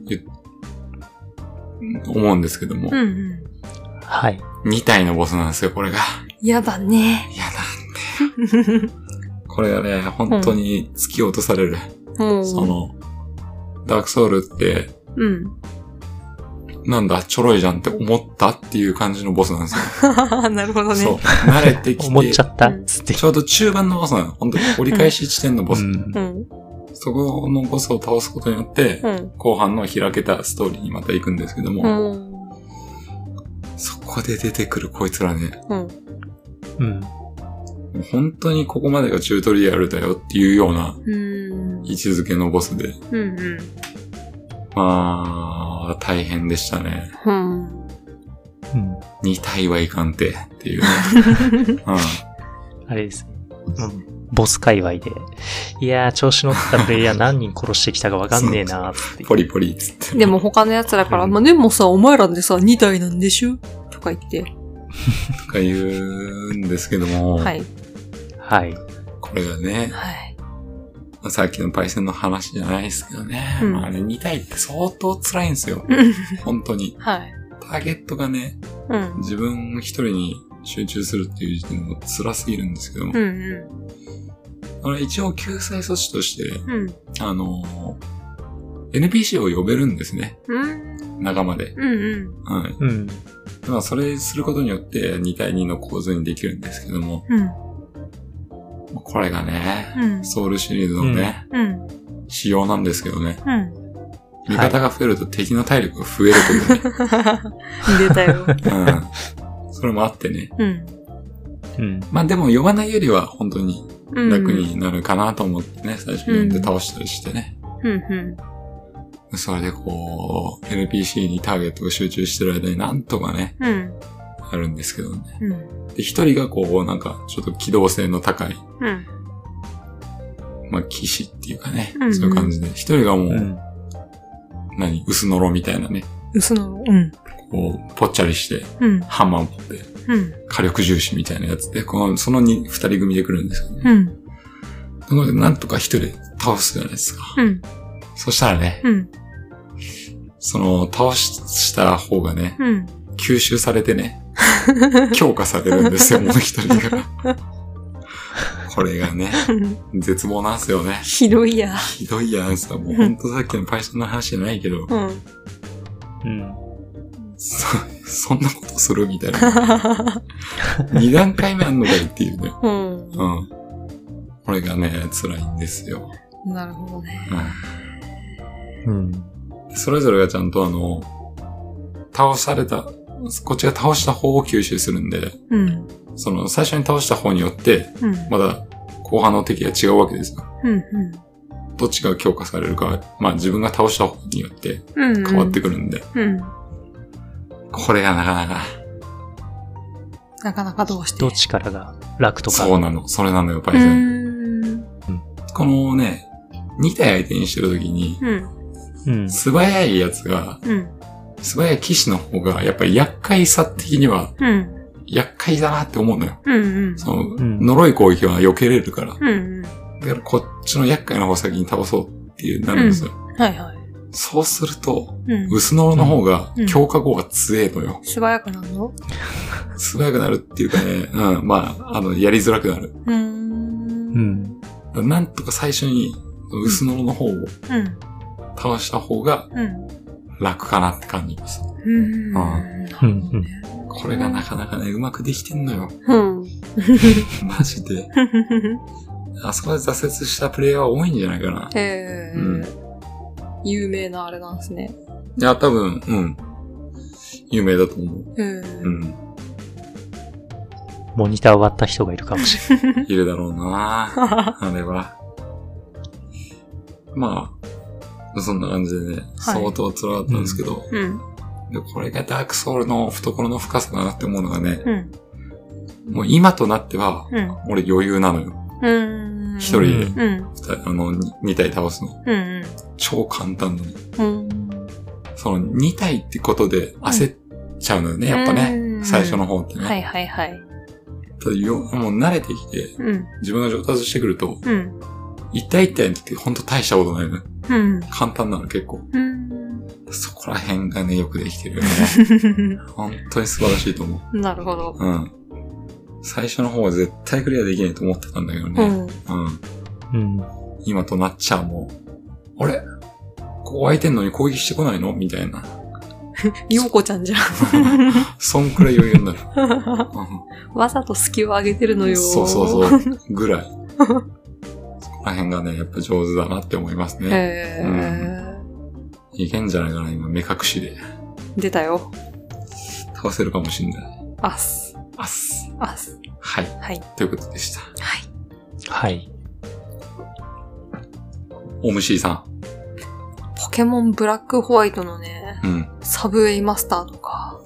思うんですけども。 はい。 2体のボスなんですよ、これが。 やだね。 やだね。これがね、本当に突き落とされる。その、ダークソウルって、なんだ、ちょろいじゃんって思ったっていう感じのボスなんですよ。 なるほどね。 そう。慣れてきて。 思っちゃったっつって。 ちょうど中盤のボスなの。本当に折り返し地点のボス。そこのボスを倒すことによって、後半の開けたストーリーにまた行くんですけども、そこで出てくるこいつらね、本当にここまでがチュートリアルだよっていうような位置づけのボスで、大変でしたね。2体はいかんてっていう、ね。 あれですね。ボス界隈で。いやー、調子乗ったプレイヤー何人殺してきたかわかんねえなーって。 ポリポリっつって。 でも他の奴らから、でもさ、お前らでさ、2体なんでしょとか言って。 とか言うんですけども。 はい。 はい。 これがね。 はい。 さっきのパイセンの話じゃないですけどね。あれ2体って相当辛いんですよ。本当に。 はい。 ターゲットがね、自分一人に集中するっていう時点でも辛すぎるんですけども。一応救済措置として、NPC を呼べるんですね。仲間で。それすることによって2対2の構図にできるんですけども。これがね、ソウルシリーズのね、仕様なんですけどね。味方が増えると敵の体力が増えるというね。 出たよ。 それもあってね。でも呼ばないよりは本当に楽になるかなと思ってね、最初呼んで倒したりしてね。それでこう、NPC にターゲットが集中してる間になんとかね、あるんですけどね。で、一人がこう、なんか、ちょっと機動性の高い、騎士っていうかね、そういう感じで、一人がもう、薄のろみたいなね。 薄のろこう、ぽっちゃりして、ハンマー持って、火力重視みたいなやつで、その二人組で来るんですけどね。そこでなんとか一人で倒すじゃないですか。そしたらね、その、倒した方がね、吸収されてね、強化されるんですよ、もう一人が。これがね、絶望なんですよね。 ひどいや。 ひどいやんさ、もうほんとさっきのパイソンの話じゃないけど、そんなことするみたいな。2段階目あんのかいっていうね。これがね、辛いんですよ。 なるほどね。 それぞれがちゃんと倒された、こっちが倒した方を吸収するんで、その最初に倒した方によって、まだ後半の敵が違うわけですよ。 うんうん、 どっちが強化されるか、まあ自分が倒した方によって変わってくるんで。 うんうん、 これがなかなかどうして。 どっちからが楽とか。 そうなの。それなのよ、パイセン。このね、2体相手にしてるときに、素早いやつが、素早い騎士の方が、やっぱり厄介さ的には、厄介だなって思うのよ。その、呪い攻撃は避けれるから。だからこっちの厄介な方先に倒そうっていうなるんですよ。 はいはい。 そうすると、薄呪の方が、強化後が強えのよ。 素早くなるの？ 素早くなるっていうかね、まあ、やりづらくなる。なんとか最初に、薄呪の方を、倒した方が、楽かなって感じます。これがなかなかね、うまくできてんのよ。マジで。あそこで挫折したプレイヤーは多いんじゃないかな。 有名なあれなんですね。 いや、多分、有名だと思う。 モニター割った人がいるかもしれない。 いるだろうなあれは。まあ、そんな感じでね、相当辛かったんですけど、でこれがダークソウルの懐の深さだなって思うのがね、もう今となっては、俺余裕なのよ。一人で、2体倒すの。超簡単なの。その2体ってことで焦っちゃうのよね、やっぱね。最初の方ってね。 はいはいはい。 ただもう慣れてきて、自分が上達してくると、1体1体の時ほんと大したことないの。簡単なの結構。そこら辺がね、よくできてるよね。本当に素晴らしいと思う。 なるほど。 最初の方は絶対クリアできないと思ってたんだけどね。今となっちゃうもう、あれここ空いてんのに攻撃してこないのみたいな。 ようこちゃんじゃん。 そんくらい余裕になる。 わざと隙を上げてるのよ。 そうぐらい。そこら辺がね、やっぱ上手だなって思いますね。いけんじゃないかな、今、目隠しで。 出たよ。 倒せるかもしんない。 アス。 はい。ということでした。 はい。 オムシーさん。 ポケモンブラックホワイトのね、サブウェイマスターとか。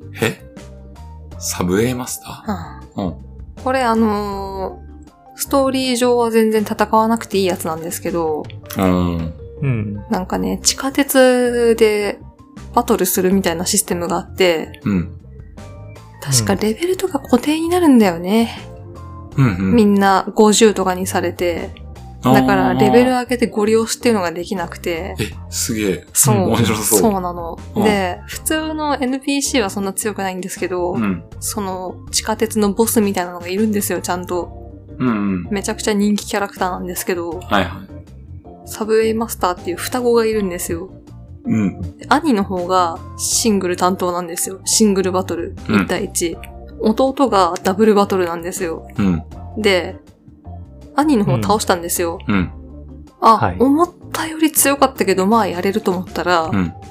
サブウェイマスター？ これストーリー上は全然戦わなくていいやつなんですけど、なんかね、地下鉄でバトルするみたいなシステムがあって、確かレベルとか固定になるんだよね。みんな50とかにされて、だからレベル上げてゴリ押しっていうのができなくて。 すげえ。 そう。 面白そう。 そうなの。で、普通の NPC はそんな強くないんですけど、その地下鉄のボスみたいなのがいるんですよ、ちゃんと。めちゃくちゃ人気キャラクターなんですけど、サブウェイマスターっていう双子がいるんですよ。兄の方がシングル担当なんですよ。シングルバトル、1対1。弟がダブルバトルなんですよ。で、兄の方倒したんですよ。思ったより強かったけど、まあやれると思ったら、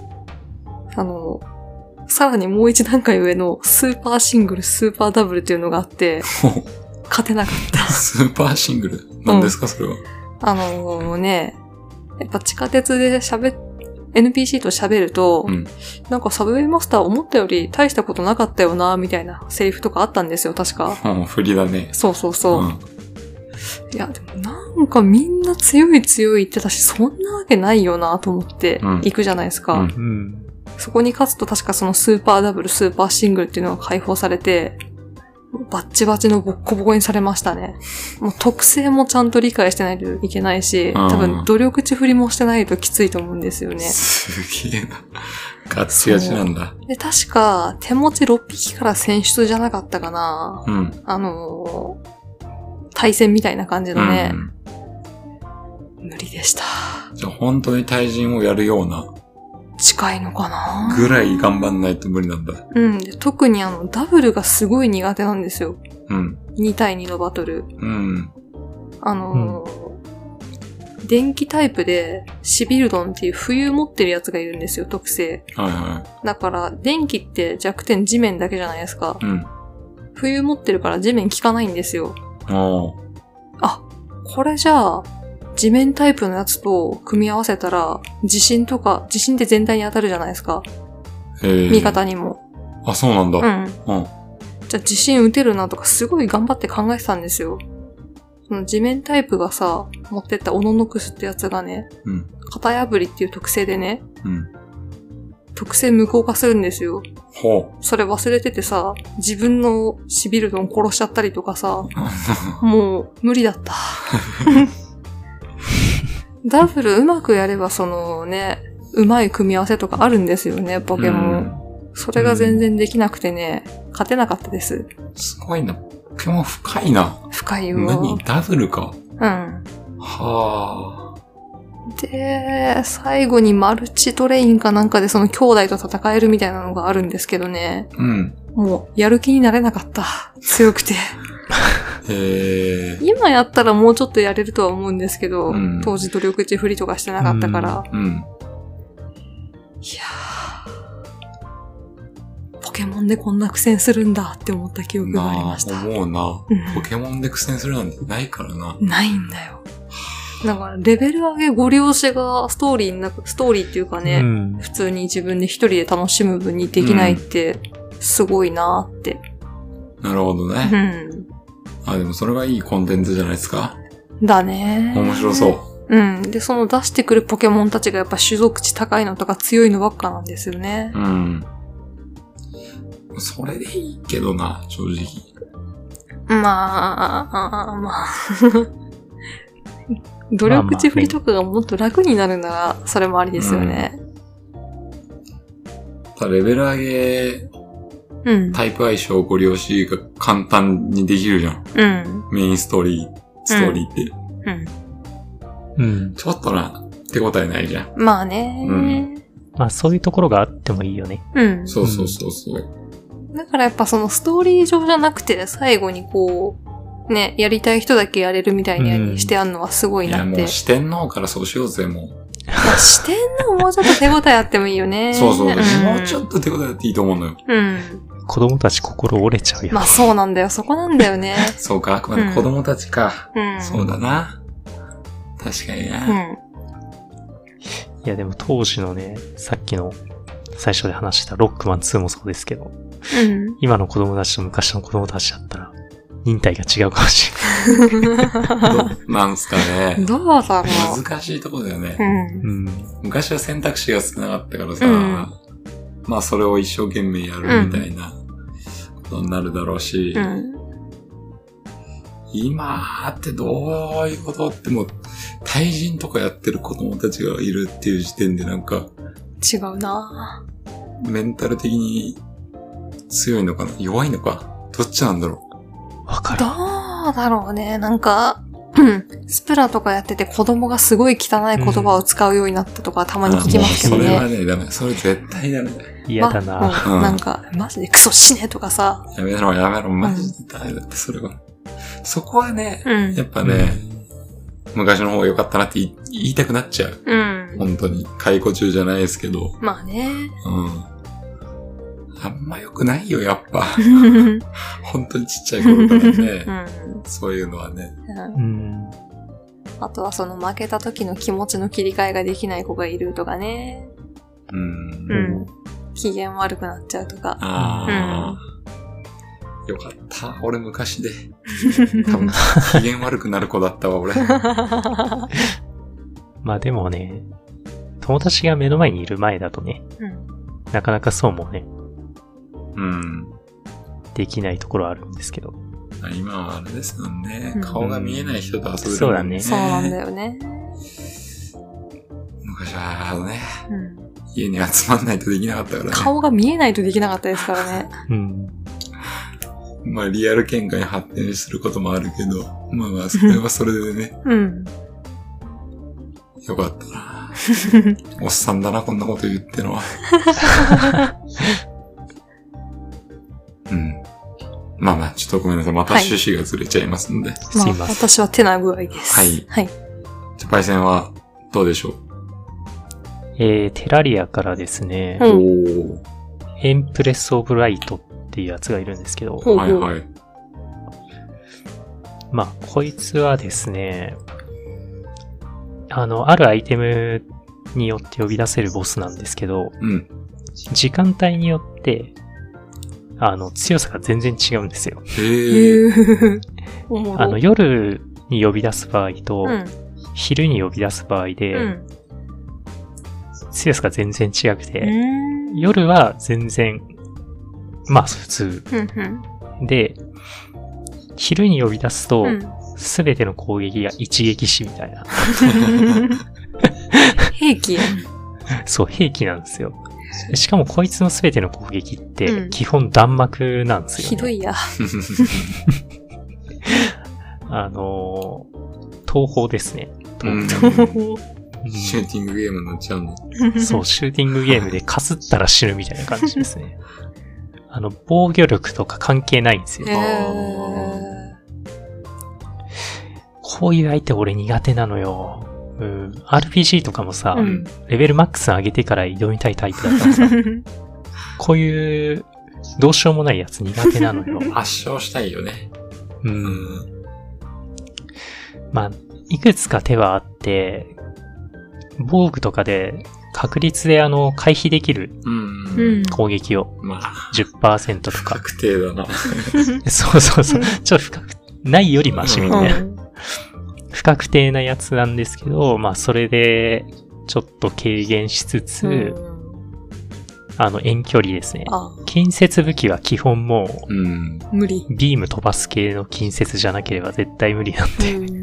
さらにもう一段階上のスーパーシングル、スーパーダブルっていうのがあって、勝てなかった。 スーパーシングル？何ですか、それは。 やっぱ地下鉄でNPC と喋ると、なんかサブウェイマスター思ったより大したことなかったよな、みたいなセリフとかあったんですよ、確か。 振りだね。 そう。いや、でもなんかみんな強い言ってたし、そんなわけないよな、と思って行くじゃないですか。そこに勝つと確かそのスーパーダブル、スーパーシングルっていうのが解放されて、バッチバチのボッコボコにされましたね。もう特性もちゃんと理解してないといけないし、多分努力値振りもしてないときついと思うんですよね。 すげえな。ガチガチなんだ。 で、確か手持ち6匹から選出じゃなかったかな。対戦みたいな感じのね。無理でした。 じゃあ本当に対人をやるような。 近いのかなぐらい頑張んないと無理なんだ。 で特にダブルがすごい苦手なんですよ。2対2のバトル。電気タイプでシビルドンっていう浮遊持ってるやつがいるんですよ、特性。だから、電気って弱点地面だけじゃないですか。浮遊持ってるから地面効かないんですよ。 これじゃあ、地面タイプのやつと組み合わせたら、地震って全体に当たるじゃないですか。味方にも。 あ、そうなんだ。 うん。じゃあ地震打てるなとかすごい頑張って考えてたんですよ。その地面タイプがさ、持ってったオノノクスってやつがね、型破りっていう特性でね、特性無効化するんですよ。それ忘れててさ、自分のシビルドン殺しちゃったりとかさ、もう無理だった。ダブルうまくやればそのね、うまい組み合わせとかあるんですよね、ポケモン。それが全然できなくてね、勝てなかったです。 すごいな。ポケモン深いな。 深いよ。 何？ダブルか。 うん。 はぁ。で、最後にマルチトレインかなんかでその兄弟と戦えるみたいなのがあるんですけどね。もう、やる気になれなかった。強くて。今やったらもうちょっとやれるとは思うんですけど、当時努力値振りとかしてなかったから。いやー、ポケモンでこんな苦戦するんだって思った記憶がありました。 思うな。ポケモンで苦戦するなんてないからな。 ないんだよ。だから、レベル上げご利用しがストーリーっていうかね、普通に自分で一人で楽しむ分にできないって、すごいなーって。 なるほどね。でもそれがいいコンテンツじゃないですか。 だね。 面白そう。 で、その出してくるポケモンたちがやっぱ種族値高いのとか強いのばっかなんですよね。 それでいいけどな、正直。 まあ。努力値振りとかがもっと楽になるなら、それもありですよね。 レベル上げ、タイプ相性ご利用しが簡単にできるじゃん。メインストーリーって。ちょっとな、手応えないじゃん。 まあね。 まあそういうところがあってもいいよね。 そう。 だからやっぱそのストーリー上じゃなくて、最後にこう、ね、やりたい人だけやれるみたいにしてあんのはすごいなって。 いやもう四天王からそうしようぜ、もう。 四天王もうちょっと手応えあってもいいよね。 そう。もうちょっと手応えあっていいと思うのよ。 子供たち心折れちゃうよ。 まあそうなんだよ。そこなんだよね。 そうか、あくまで子供たちか。そうだな。確かにな。 いやでも当時のね、さっきの最初で話したロックマン2もそうですけど、今の子供たちと昔の子供たちだったら、忍耐が違うかもしれない。 どうなんすかね。 どうだろう。難しいとこだよね。昔は選択肢が少なかったからさ、まあそれを一生懸命やるみたいなことになるだろうし、今ってどういうことってもう対人とかやってる子供たちがいるっていう時点でなんか違うな。 メンタル的に強いのかな弱いのかどっちなんだろう。 わかる。 どうだろうね。なんか、スプラとかやってて子供がすごい汚い言葉を使うようになったとかたまに聞きますけどね。 それはね、ダメ。それ絶対ダメだよ。 嫌だな。 なんか、マジでクソ死ねとかさ。 やめろ、マジでダメだって、それは。そこはね、やっぱね、昔の方が良かったなって言いたくなっちゃう。本当に。解雇中じゃないですけど。 まあね。 あんま良くないよ、やっぱ。本当にちっちゃい頃からね。そういうのはね。 あとはその負けた時の気持ちの切り替えができない子がいるとかね。機嫌悪くなっちゃうとか。 よかった。俺昔で。多分、機嫌悪くなる子だったわ、俺。 まあでもね、友達が目の前にいる前だとね、なかなかそうもね、できないところあるんですけど。 今はあれですよね。顔が見えない人と遊べるもんね。 そうだね。 そうなんだよね。 昔はね、家に集まんないとできなかったからね。 顔が見えないとできなかったですからね。 まあリアル喧嘩に発展することもあるけど、まあそれはそれでね。よかったな。おっさんだな、こんなこと言ってのは。まあ、ちょっとごめんなさい。また趣旨がずれちゃいますんで。 すいません。私は手な具合です。 はい。じゃあ、パイセンはどうでしょう？ テラリアからですね、エンプレスオブライトっていうやつがいるんですけど、 まあ、こいつはですね、あるアイテムによって呼び出せるボスなんですけど、 うん、 時間帯によって、強さが全然違うんですよ。夜に呼び出す場合と、昼に呼び出す場合で、強さが全然違くて、夜は全然、まあ普通。で、昼に呼び出すと、すべての攻撃が一撃死みたいな。 兵器やん。 そう、兵器なんですよ。しかもこいつのすべての攻撃って、基本弾幕なんですよ、ね。 ひどいや。 東宝ですね。 東宝。 シューティングゲームになっちゃうの。 そう、シューティングゲームでかすったら死ぬみたいな感じですね。防御力とか関係ないんですよ。こういう相手俺苦手なのよ。RPG とかもさ、レベルマックス上げてから挑みたいタイプだったらさ、こういうどうしようもないやつ苦手なのよ。 圧勝したいよね。 まあ、いくつか手はあって、防具とかで確率で回避できる攻撃を 10% とか。 不確定だな。 そうそうそう。ちょっとないよりマシみたいな。不確定なやつなんですけど、まあそれでちょっと軽減しつつ、遠距離ですね。近接武器は基本もう、無理。 ビーム飛ばす系の近接じゃなければ絶対無理なんで。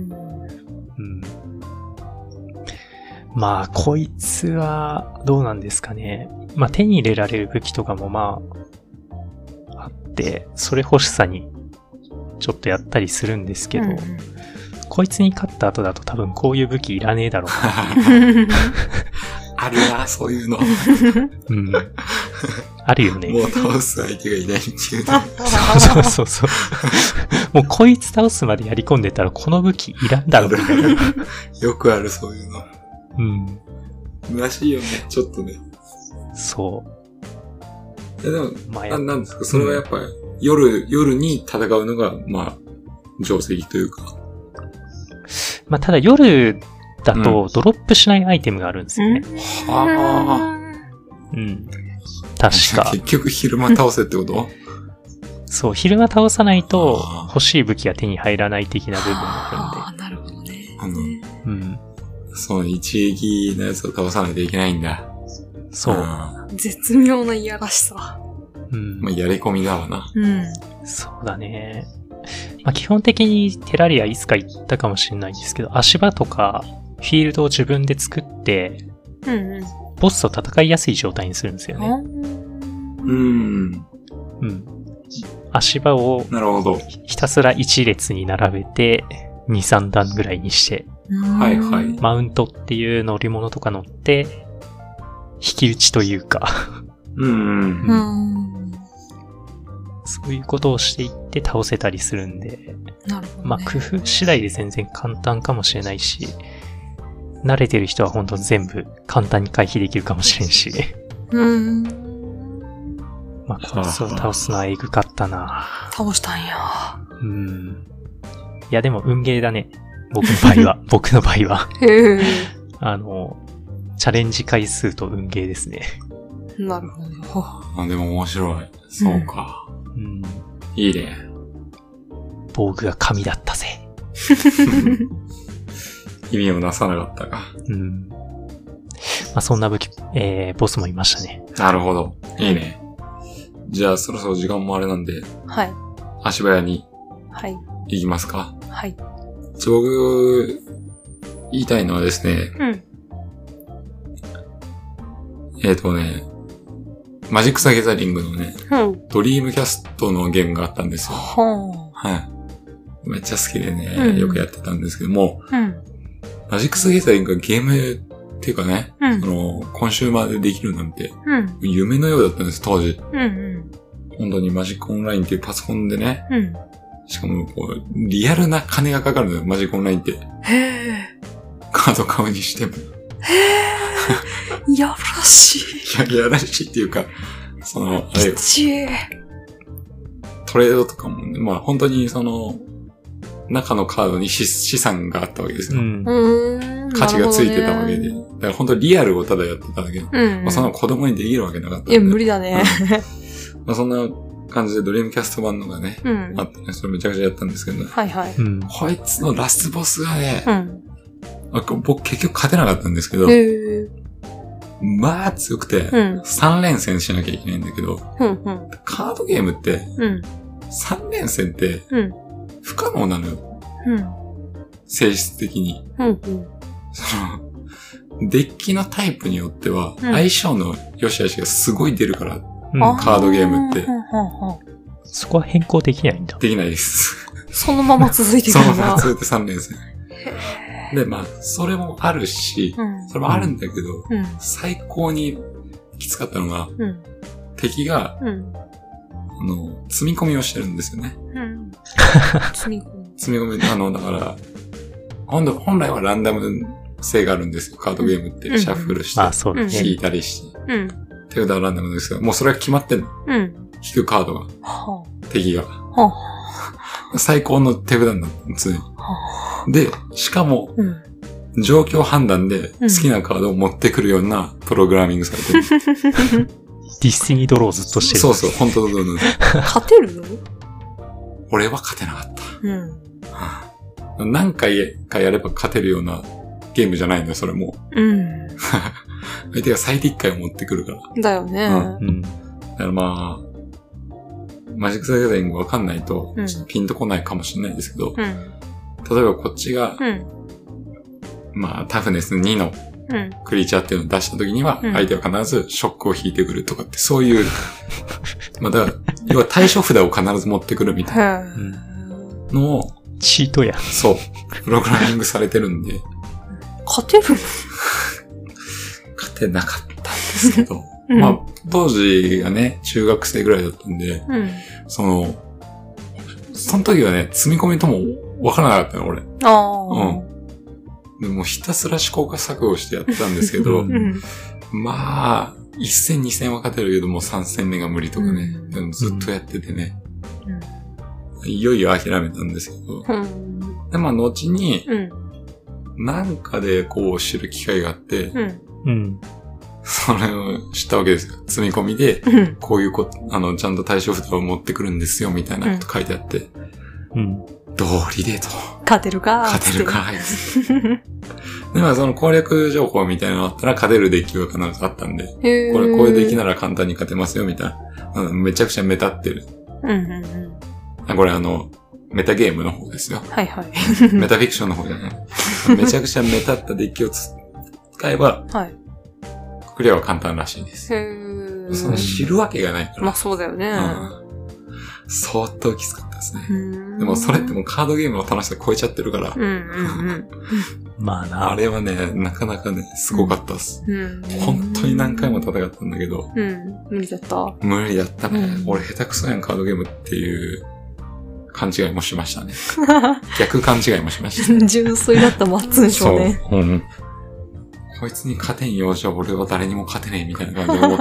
まあ、こいつは、どうなんですかね。まあ、手に入れられる武器とかもまあ、あって、それ欲しさに、ちょっとやったりするんですけど、こいつに勝った後だと多分こういう武器いらねえだろうな。 あるな、そういうの。 あるよね。 もう倒す相手がいないっていうね。 そうそうそう。もうこいつ倒すまでやり込んでたらこの武器いらんだろうみたいな。 よくある、そういうの。虚しいよね、ちょっとね。 そう。 でも、なんですか、それはやっぱり、夜に戦うのが、まあ、定石というか。 まあ、ただ夜だとドロップしないアイテムがあるんですよね。確か。 結局昼間倒せってこと？ そう、昼間倒さないと欲しい武器が手に入らない的な部分があるんで。 なるほどね。 そう、一撃のやつを倒さないといけないんだ。 そう。 絶妙ないやらしさ。 まあ、やり込みだわな。 そうだね。まあ、基本的にテラリアいつか言ったかもしれないんですけど、足場とかフィールドを自分で作って、ボスと戦いやすい状態にするんですよね。足場をひたすら一列に並べて2、3段ぐらいにして、マウントっていう乗り物とか乗って、引き打ちというか、そういうことをしていって倒せたりするんで、まあ工夫次第で全然簡単かもしれないし、慣れてる人は本当全部簡単に回避できるかもしれんし。まあこいつを倒すのはエグかったな。 倒したんや。 いやでも運ゲーだね。僕の場合は。僕の場合は。チャレンジ回数と運ゲーですね。 なるほど。 でも面白い。そうか。いいね。 防具が神だったぜ。 意味をなさなかったか。 まあそんな武器、ボスもいましたね。 なるほど。いいね。じゃあそろそろ時間もあれなんで。足早に。行きますか。僕、言いたいのはですね。マジック・ザ・ギャザリングのね、ドリームキャストのゲームがあったんですよ。めっちゃ好きでね、よくやってたんですけども、マジック・ザ・ギャザリングがゲームっていうかね、コンシューマーでできるなんて、夢のようだったんです、当時。本当にマジック・オンラインっていうパソコンでね、しかもこう、リアルな金がかかるのよ、マジック・オンラインって。カード買うにしても。 やらしい。 やらしいっていうか、あれ、トレードとかもね、まあ本当に中のカードに資産があったわけですよ。価値がついてたわけで。だから本当リアルをただやってただけ。まあ、そんな子供にできるわけなかったんで。 いや、無理だね。 まあ、そんな感じでドリームキャスト版のがね、あってね、それめちゃくちゃやったんですけどね。 はいはい。 こいつのラスボスがね、僕結局勝てなかったんですけど、まあ強くて、3連戦しなきゃいけないんだけど、カードゲームって、3連戦って、不可能なのよ。性質的に。デッキのタイプによっては、相性の良し悪しがすごい出るから、カードゲームって。 そこは変更できないんだ。 できないです。 そのまま続いてるんだ。 そのまま続いて3連戦。で、まあ、それもあるし、それもあるんだけど、最高にきつかったのが、敵が、積み込みをしてるんですよね。積み込み、だから、本来はランダム性があるんですよ、カードゲームって。シャッフルして、引いたりして。手札はランダムですけど、もうそれが決まってんの。引くカードが。敵が。最高の手札になったんですね。で、しかも、状況判断で好きなカードを持ってくるようなプログラミングされてる。 ディスティニードローずっとしてる。 そうそう、本当だ。 勝てるの？ 俺は勝てなかった。何回かやれば勝てるようなゲームじゃないんだよ、それも。相手が最適解を持ってくるから。 だよね。 だからまあ、マジック・ザ・ギャザリングわかんないと、ちょっとピンとこないかもしれないですけど、例えばこっちが、まあ、タフネス2のクリーチャーっていうのを出した時には、相手は必ずショックを引いてくるとかって、そういう、まあだから、要は対処札を必ず持ってくるみたいなのを、 チートや。 そう、プログラミングされてるんで。 勝てる？ 勝てなかったんですけど、まあ、当時がね、中学生ぐらいだったんで、その時はね、積み込みとも分からなかったの、俺。でもひたすら試行錯誤してやってたんですけど、まあ、1戦2戦は勝てるけども3戦目が無理とかね、でもずっとやっててね、いよいよ諦めたんですけど、で、まあ、後に、なんかでこう知る機会があって、それを知ったわけですよ。積み込みで、こういうこと、ちゃんと対処札を持ってくるんですよ、みたいなこと書いてあって、道理でと。 勝てるかで、まあその攻略情報みたいなのあったら勝てるデッキが必ずあったんで、こういうデッキなら簡単に勝てますよ、みたいな。めちゃくちゃメタってる。これメタゲームの方ですよ。 はいはい。 メタフィクションの方じゃない。めちゃくちゃメタったデッキを使えば、クリアは簡単らしいです。その知るわけがないから。 まあそうだよね。 相当きつかったですね。でもそれってもうカードゲームの楽しさ超えちゃってるから。 まあな。 あれはね、なかなかね、すごかったです。本当に何回も戦ったんだけど。 無理だった。 無理だったね。俺下手くそやん、カードゲームっていう勘違いもしましたね。逆勘違いもしました、ね。 純粋だったマッツンでしょうね。 そう。こいつに勝てんようじゃ俺は誰にも勝てねえみたいな感じで思った。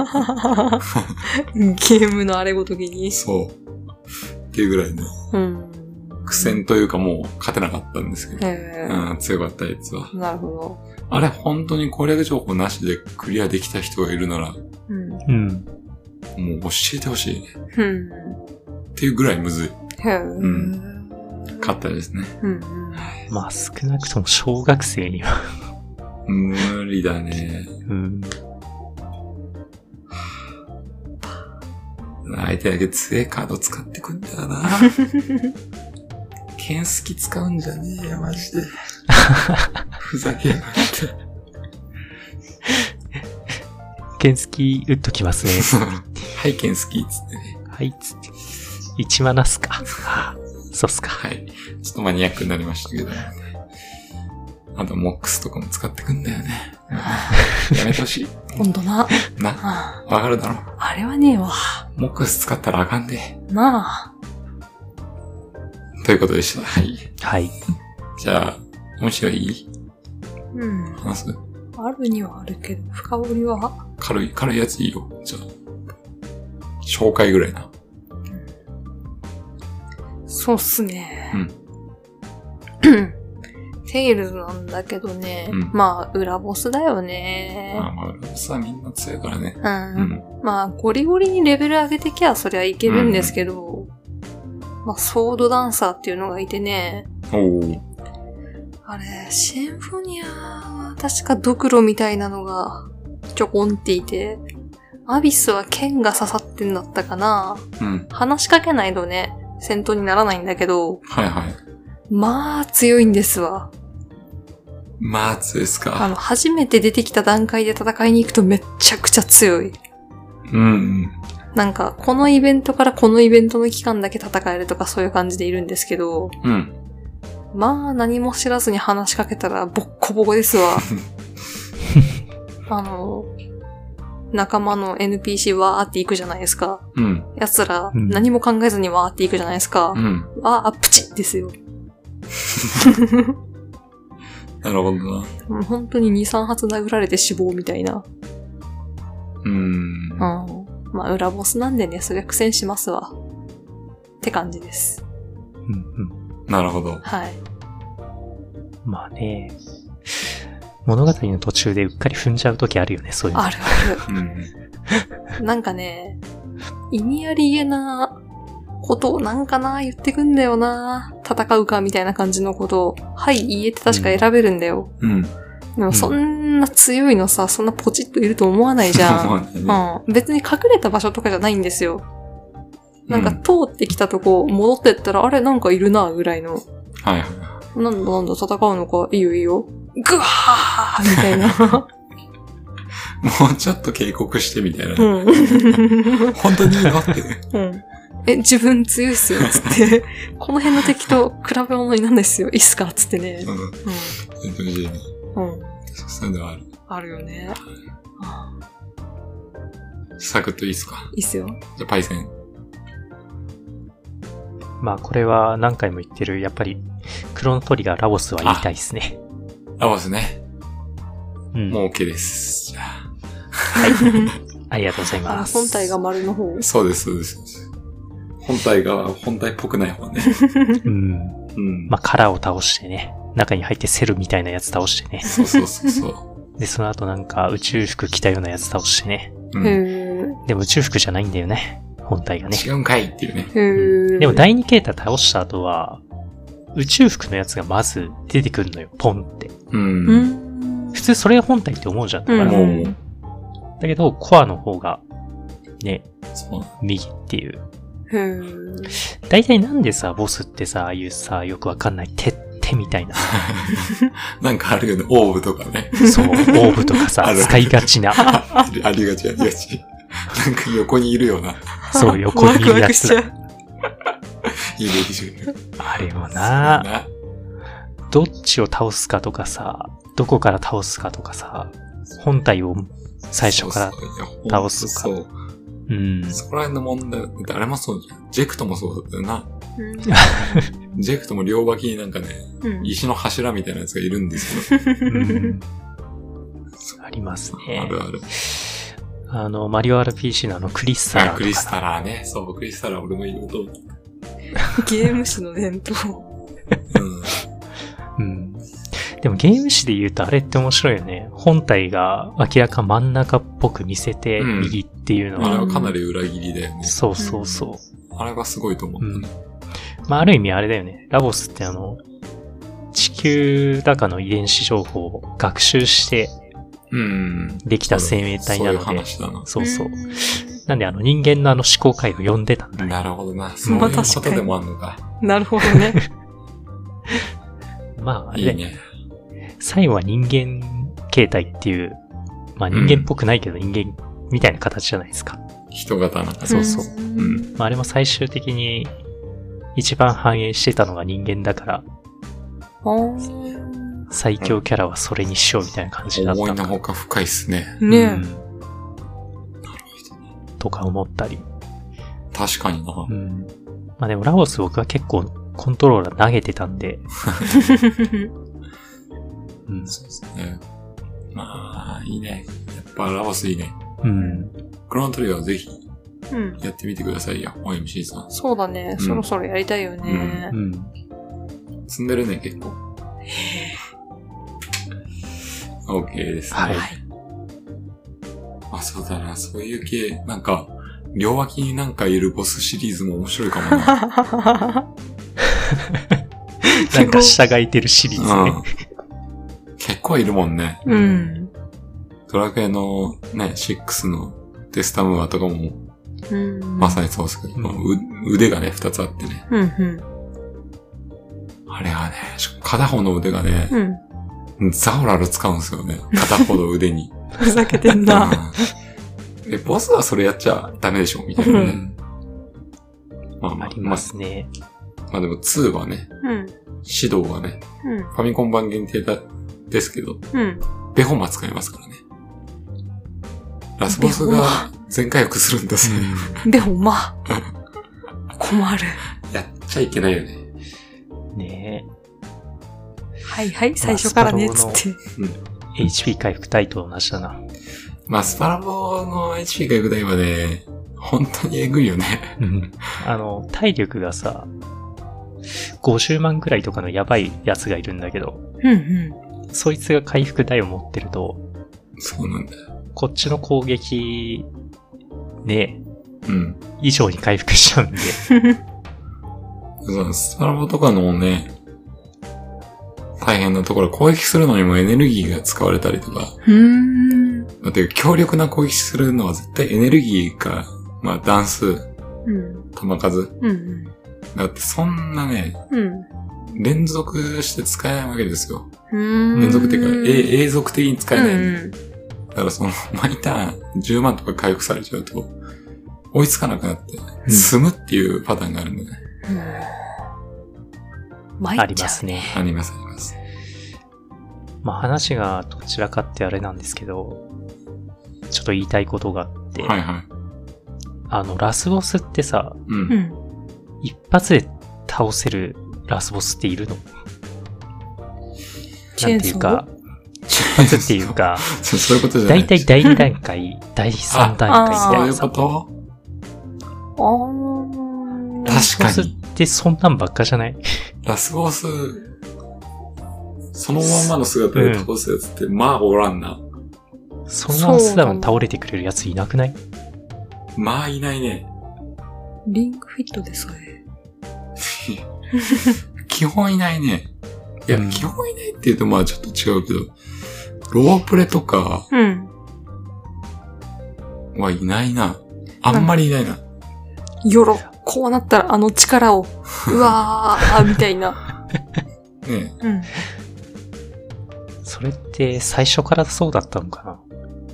ゲームのあれごときに。 そう。っていうぐらいね。苦戦というかもう勝てなかったんですけど。強かったやつは。 なるほど。 あれ本当に攻略情報なしでクリアできた人がいるなら、もう教えてほしいね。っていうぐらいむずい。勝ったですね。 まあ少なくとも小学生には。 無理だね。相手だけ強いカード使ってくんだよな。剣好き使うんじゃねえよ、マジで。ふざけやがって。 剣好き打っときますね。 はい、剣好きっつってね。 はい、つって。1マナっすか。そうっすか。 はい。ちょっとマニアックになりましたけど。あと、モックスとかも使ってくんだよね。やめてほしい。 ほんとな。 わかるだろ。 あれはねえわ。 モックス使ったらあかんで。 なあ。 ということでした。はい。 はい。 じゃあ、面白い？話す？ あるにはあるけど、深掘りは軽いやついいよ。じゃあ、紹介ぐらいな。 そうっすね。 テイルズなんだけどね、まあ、裏ボスだよね。 まあ、裏ボスはみんな強いからね。 まあ、ゴリゴリにレベル上げてきゃそりゃいけるんですけど、まあ、ソードダンサーっていうのがいてね。あれ、シンフォニアは確かドクロみたいなのがちょこんっていて、アビスは剣が刺さってんだったかな。話しかけないとね、戦闘にならないんだけど、まあ強いんですわ。 まあ強いですか。 初めて出てきた段階で戦いに行くとめっちゃくちゃ強い。なんか、このイベントからこのイベントの期間だけ戦えるとかそういう感じでいるんですけど、まあ何も知らずに話しかけたらボッコボコですわ。仲間の NPC わーって行くじゃないですか。奴ら何も考えずにわーって行くじゃないですか。プチッですよ。 なるほどな。 本当に2、3発殴られて死亡みたいな。まあ、裏ボスなんでね、そりゃ苦戦しますわ。って感じです。 なるほど。 はい。 まあね、物語の途中でうっかり踏んじゃうときあるよね、そういうの。 あるある。なんかね、意味ありげなことをなんかな言ってくんだよな。戦うかみたいな感じのことを、はい、いいえって確か選べるんだよ。でもそんな強いのさ、そんなポチッといると思わないじゃん。別に隠れた場所とかじゃないんですよ。なんか通ってきたとこ戻ってったら、あれなんかいるな、ぐらいの。なんだ戦うのか、いいよいいよ。ぐわーみたいな。 もうちょっと警告してみたいな。本当にいいのって。 自分強いっすよ、つって。この辺の敵と比べ物になんないっすよ、いいっすかつってね。 そういうのはある。 あるよね。 サクッといいっすか？ いいっすよ。 じゃあパイセン。 まあこれは何回も言ってる、やっぱりクロノトリガーラボスは言いたいですね。 ラボスね。もう OK です。じゃあ。 はい。ありがとうございます。 本体が丸の方。 そうです、そうです。本体っぽくない方ね。 まあ殻を倒してね、中に入ってセルみたいなやつ倒してね。で、その後なんか宇宙服着たようなやつ倒してね。でも宇宙服じゃないんだよね。本体がね。 違うんかいっていうね。でも第2形態倒した後は、宇宙服のやつがまず出てくるのよ。ポンって。普通それが本体って思うじゃん。だから。だけど、コアの方が、ね、右っていう。大体なんでさ、ボスってさ、ああいうさ、よくわかんない手みたいな。 なんかあるよね。オーブとかね。 そう、オーブとかさ、使いがちな。 ありがち。なんか横にいるような。 そう、横にいるやつ。 イメージ。 あれもな、どっちを倒すかとかさ、どこから倒すかとかさ、本体を最初から倒すか。 そこら辺の問題、誰もそうじゃん。ジェクトもそうだったよな。ジェクトも両脇になんかね、石の柱みたいなやつがいるんですよ。 ありますね。 あるある。 マリオ RPG のクリスタラー。 クリスタラーね。そう、クリスタラー俺も言おうと。 ゲーム史の伝統。 でもゲーム史で言うとあれって面白いよね。本体が明らか真ん中っぽく見せて右っていうのは。 あれはかなり裏切りだよね。 そうそうそう。 あれがすごいと思ったね。 まあある意味あれだよね。ラボスって地球だかの遺伝子情報を学習して、できた生命体なので。 そういう話だな。 そうそう。なんで人間の思考回路読んでたんだよ。 なるほどな。そういうことでもあるのか。 なるほどね。 まあ、 いいね。 最後は人間形態っていう、まあ人間っぽくないけど人間みたいな形じゃないですか。 人型なんか。 そうそう。まああれも最終的に一番反映してたのが人間だから、最強キャラはそれにしようみたいな感じだった。 思いのほか深いっすね。 ねえ。 なるほどね。 とか思ったり。 確かにな。 まあでもラボス僕は結構コントローラー投げてたんで。 そうですね。まあ、いいね。やっぱラボスいいね。クロノトリガーぜひ、やってみてくださいよ、OMC さん。 そうだね。そろそろやりたいよね。 積んでるね、結構。OK ですね。はい。あ、そうだな、そういう系、なんか、両脇になんかいるボスシリーズも面白いかもな。 なんか従いてるシリーズね。 結構いるもんね。 うん。 ドラクエのね、6のデスタムーアとかも、まさにそうですけど、腕がね、2つあってね。あれはね、片方の腕がね、ザオラル使うんですよね。片方の腕に。 ふざけてんな。 ボスはそれやっちゃダメでしょみたいなね。 ありますね。 まあでも2はね、指導はね、ファミコン版限定ですけど、ベホマ使いますからね。ラスボスが全回復するんですね。 ベホマ。困る。 やっちゃいけないよね。 ねえ。はいはい、最初からね、つって。 HP 回復体と同じだな。 まあ、スパラボの HP 回復体はね、本当にえぐいよね。 体力がさ、50万くらいとかのやばいやつがいるんだけど、そいつが回復体を持ってると、 そうなんだよ。 こっちの攻撃、ね、以上に回復しちゃうんで。 スパラボとかのね、大変なところ、攻撃するのにもエネルギーが使われたりとか。だって強力な攻撃するのは絶対エネルギーか、まあ段数、弾数。だってそんなね、連続して使えないわけですよ。連続っていうか、永続的に使えない。だからその、毎ターン10万とか回復されちゃうと、追いつかなくなって、済むっていうパターンがあるんだね。 ありますね。 ありますあります。 まあ話がどちらかってあれなんですけど、ちょっと言いたいことがあって、 はいはい。 ラスボスってさ、一発で倒せるラスボスっているの？なんていうか、一発っていうか、 そういうことじゃない。 だいたい第2段階、第3段階そういうこと？確かに。 ラスボスってそんなんばっかじゃない？ ラスボス、そのまんまの姿で倒すやつって、まあおらんな。 そのまま素直に倒れてくれるやついなくない？ まあいないね。 リングフィットでそれ。 基本いないね。いや、基本いないって言うとまあちょっと違うけど、ロープレとかはいないな。あんまりいないな。 こうなったら力を、うわー、みたいな。 ねえ。 それって最初からそうだったのかな？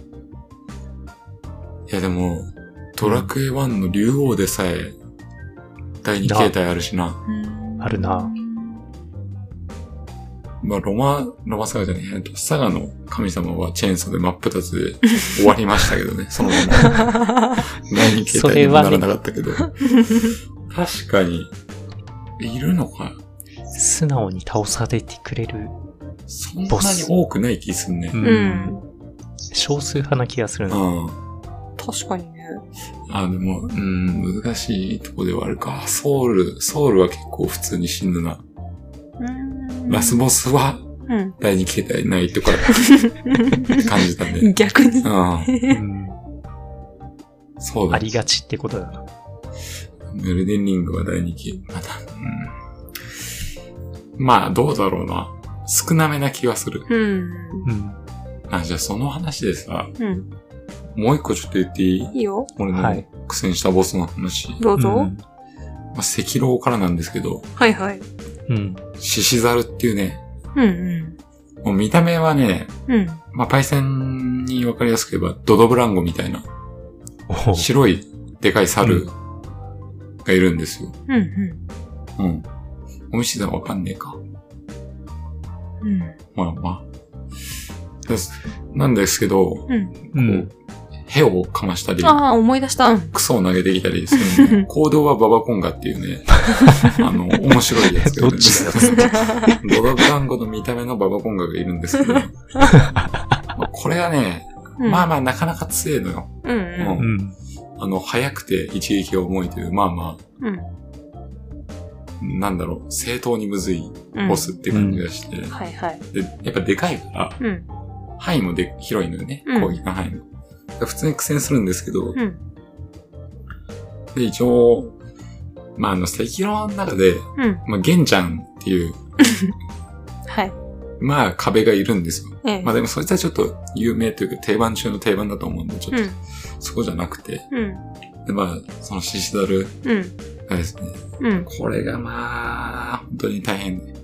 いやでも、ドラクエ1の竜王でさえ、第2形態あるしな。 あるな。 まあ、ロマサガじゃねえ、サガの神様はチェーンソーで真っ二つで終わりましたけどね、そのまま。第2形態にもならなかったけど。確かに、いるのか。 素直に倒されてくれるそんなに多くない気すんね。 少数派な気がするな。 確かにね。 でも、難しいとこではあるか。ソウルは結構普通に死ぬな。ラスボスは、第2形態ないとか、感じたね。 逆に。 そうだ。 ありがちってことだな。 エルデンリングは第2形態。まあ、どうだろうな。少なめな気がする。じゃあその話でさ、もう一個ちょっと言っていい？ いいよ。 俺の苦戦したボスの話。 どうぞ。 まあ、赤狼からなんですけど。 はいはい。 獅子猿っていうね。もう見た目はね、まあ、パイセンにわかりやすく言えば、ドドブランゴみたいな、白いでかい猿がいるんですよ。おみしさんわかんねえか。まあまあ。なんですけど、ヘをかましたり、 思い出した。 クソを投げてきたりするの。行動はババコンガっていうね、面白いやつがいるんですけど、ドドブランゴの見た目のババコンガがいるんですけど、これがね、まあまあなかなか強いのよ。速くて一撃が重いという、まあまあ。 なんだろう、正当にむずいボスって感じがして。 はいはい。 で、やっぱでかいから、範囲も広いのよね。攻撃の範囲も。普通に苦戦するんですけど、で、一応、まあ、赤狼の中で、まあ、玄ちゃんっていう、 はい。 まあ、壁がいるんですよ。まあでもそいつはちょっと有名というか定番中の定番だと思うんで、ちょっと、そこじゃなくて、で、まあ、そのシシダルがですね、これがまあ、本当に大変で。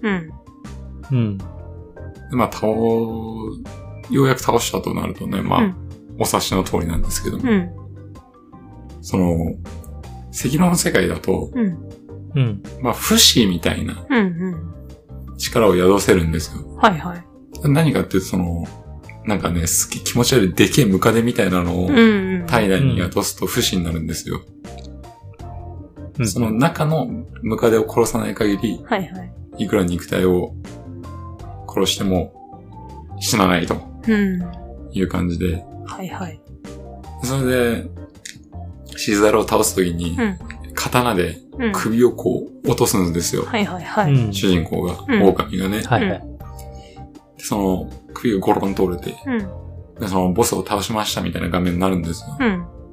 で、まあ、ようやく倒したとなるとね、まあ、お察しの通りなんですけども、その、赤狼の世界だと、まあ、不死みたいな力を宿せるんですよ。 はいはい。 何かっていうと、その、なんかね、すげえ気持ち悪いでけえムカデみたいなのを体内に宿すと不死になるんですよ。その中のムカデを殺さない限り、いくら肉体を殺しても死なないという感じで、それで、シザルを倒すときに、刀で首をこう落とすんですよ。主人公が、狼がね。でその首がゴロンと折れて、でそのボスを倒しましたみたいな画面になるんですよ。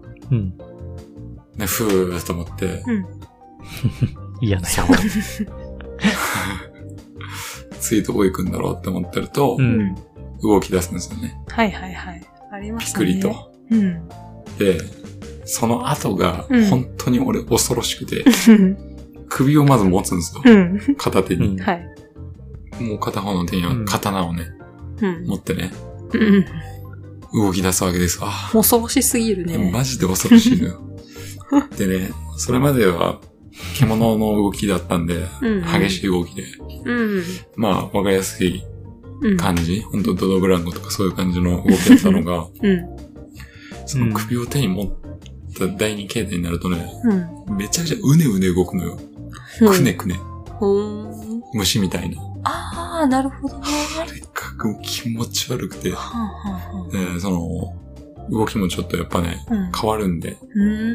で、ふーっと思って、 嫌なよ。 次どこ行くんだろうって思ってると、動き出すんですよね。 ありましたね。 ピクリと。で、その後が本当に俺恐ろしくて、首をまず持つんですよ。片手に。もう片方の手には刀をね、持ってね、動き出すわけですわ。 恐ろしすぎるね。 マジで恐ろしいのよ。でね、それまでは獣の動きだったんで、激しい動きで、まあわかりやすい感じ、ほんとドドブランコとかそういう感じの動きだったのが、その首を手に持った第二形態になるとね、めちゃくちゃうねうね動くのよ。くねくね。虫みたいな。 ああ、なるほどね。 あれが気持ち悪くて、その、動きもちょっとやっぱね、変わるんで、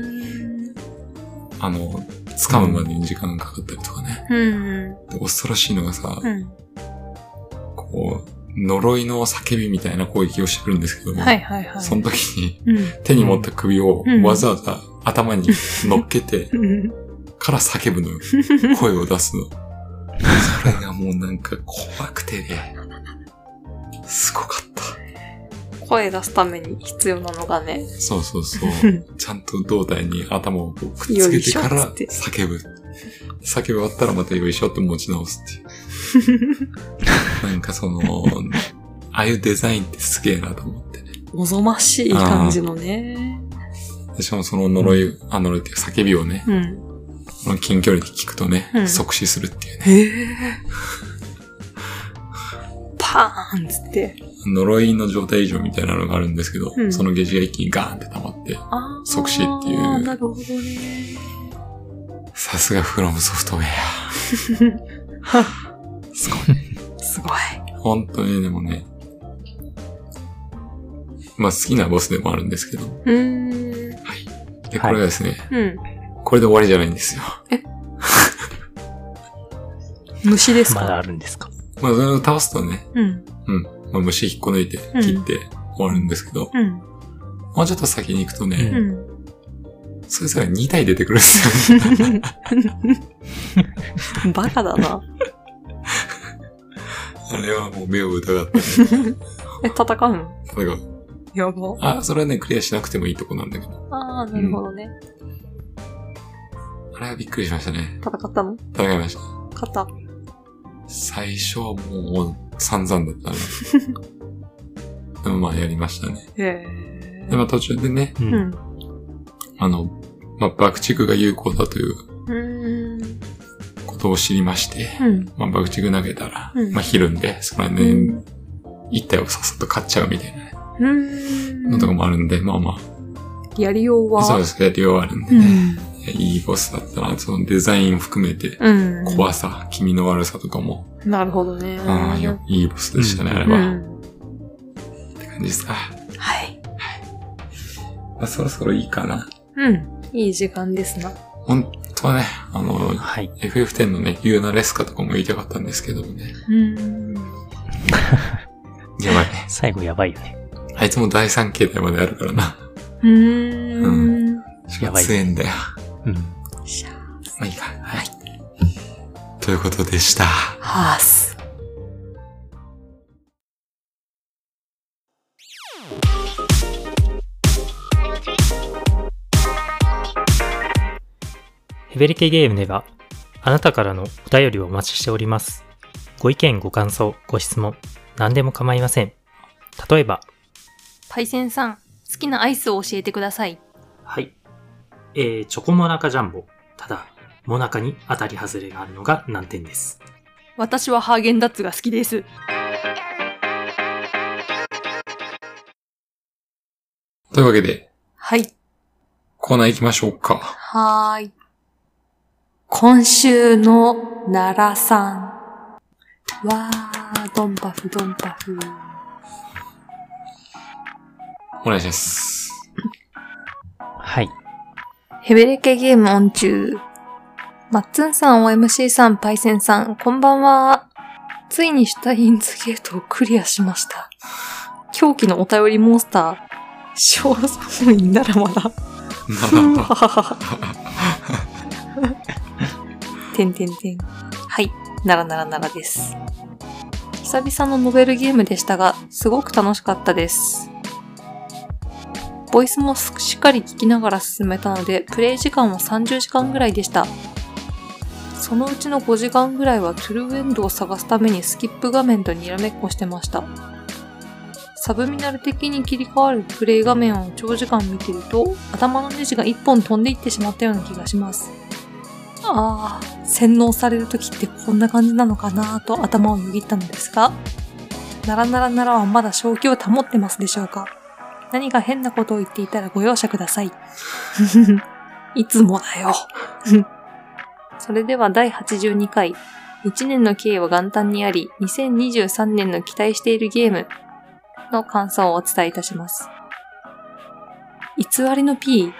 掴むまでに時間がかかったりとかね。で恐ろしいのがさ、こう、呪いの叫びみたいな攻撃をしてくるんですけども、その時に、手に持った首をわざわざ頭に乗っけて、から叫ぶのよ。声を出すの。それがもうなんか怖くてね、すごかった。 声出すために必要なのがね。 そうそうそう。ちゃんと胴体に頭をこうくっつけてから叫ぶ。叫び終わったらまたよいしょって持ち直すっていう。なんかその、ああいうデザインってすげえなと思ってね。 おぞましい感じのね。 しかもその呪いっていう叫びをね、近距離で聞くとね、即死するっていうね。 パーンつって。 呪いの状態異常みたいなのがあるんですけど、そのゲージが一気にガーンって溜まって、即死っていう。 なるほどね。 さすがフロムソフトウェア。すごい。すごい。 本当にでもね、まあ好きなボスでもあるんですけど。はい。で、これがですね、これで終わりじゃないんですよ。 虫ですか？ まだあるんですか？ まあ、それを倒すとね、まあ、虫引っこ抜いて、切って終わるんですけど、もうちょっと先に行くとね、そいつら2体出てくるんですよ。 バカだな。 あれはもう目を疑った、ね。 戦うの？ 戦う。 やば。 それはね、クリアしなくてもいいとこなんだけど。 なるほどね。 あれはびっくりしましたね。 戦ったの？ 戦いました。 勝った。 最初はもう散々だったね。でもまあやりましたね。で、まあ途中でね、まあ爆竹が有効だということを知りまして、まあ爆竹投げたら、まあひるんで、そこら辺で一体をさっさと勝っちゃうみたいなね。のとかもあるんで、まあまあ。 やりようは。 そうです、やりようはあるんでね。いいボスだったな、そのデザイン含めて、怖さ、気味の悪さとかも。 なるほどね。 いいボスでしたね、あれは。って感じですか。 はい。 まあ、そろそろいいかな。 いい時間ですな。 本当はね、はい、FF10 のね、ユーナレスカとかも言いたかったんですけどもね。やばいね。 最後やばいよね。 あいつも第3形態まであるからな。やばい。強いんだよ。まあいいか。はい。ということでした。はーす。 ヘベレケゲームでは、あなたからのお便りをお待ちしております。ご意見、ご感想、ご質問、何でも構いません。例えば、 パイセンさん、好きなアイスを教えてください。 はい。チョコモナカジャンボ。ただ、モナカに当たり外れがあるのが難点です。 私はハーゲンダッツが好きです。 というわけで。 はい。 コーナー行きましょうか。 はーい。今週の奈良さん。わー、ドンパフドンパフ。 お願いします。 はい。 ヘベレケゲームオン中。マッツンさん、OMC さん、パイセンさん、こんばんは。ついにシュタインズゲートをクリアしました。狂気のお便りモンスター。小寒いならまだ。てんてんてん。はい。ならです。久々のノベルゲームでしたが、すごく楽しかったです。ボイスもしっかり聞きながら進めたので、プレイ時間は30時間ぐらいでした。そのうちの5時間ぐらいはトゥルーエンドを探すためにスキップ画面とにらめっこしてました。サブミナル的に切り替わるプレイ画面を長時間見てると、頭のネジが1本飛んでいってしまったような気がします。ああ、洗脳される時ってこんな感じなのかなぁと頭をよぎったのですが、ならはまだ正気を保ってますでしょうか？何か変なことを言っていたらご容赦ください。いつもだよ。それでは第82回、1年の経緯は元旦にあり、2023年の期待しているゲームの感想をお伝えいたします。偽りの P、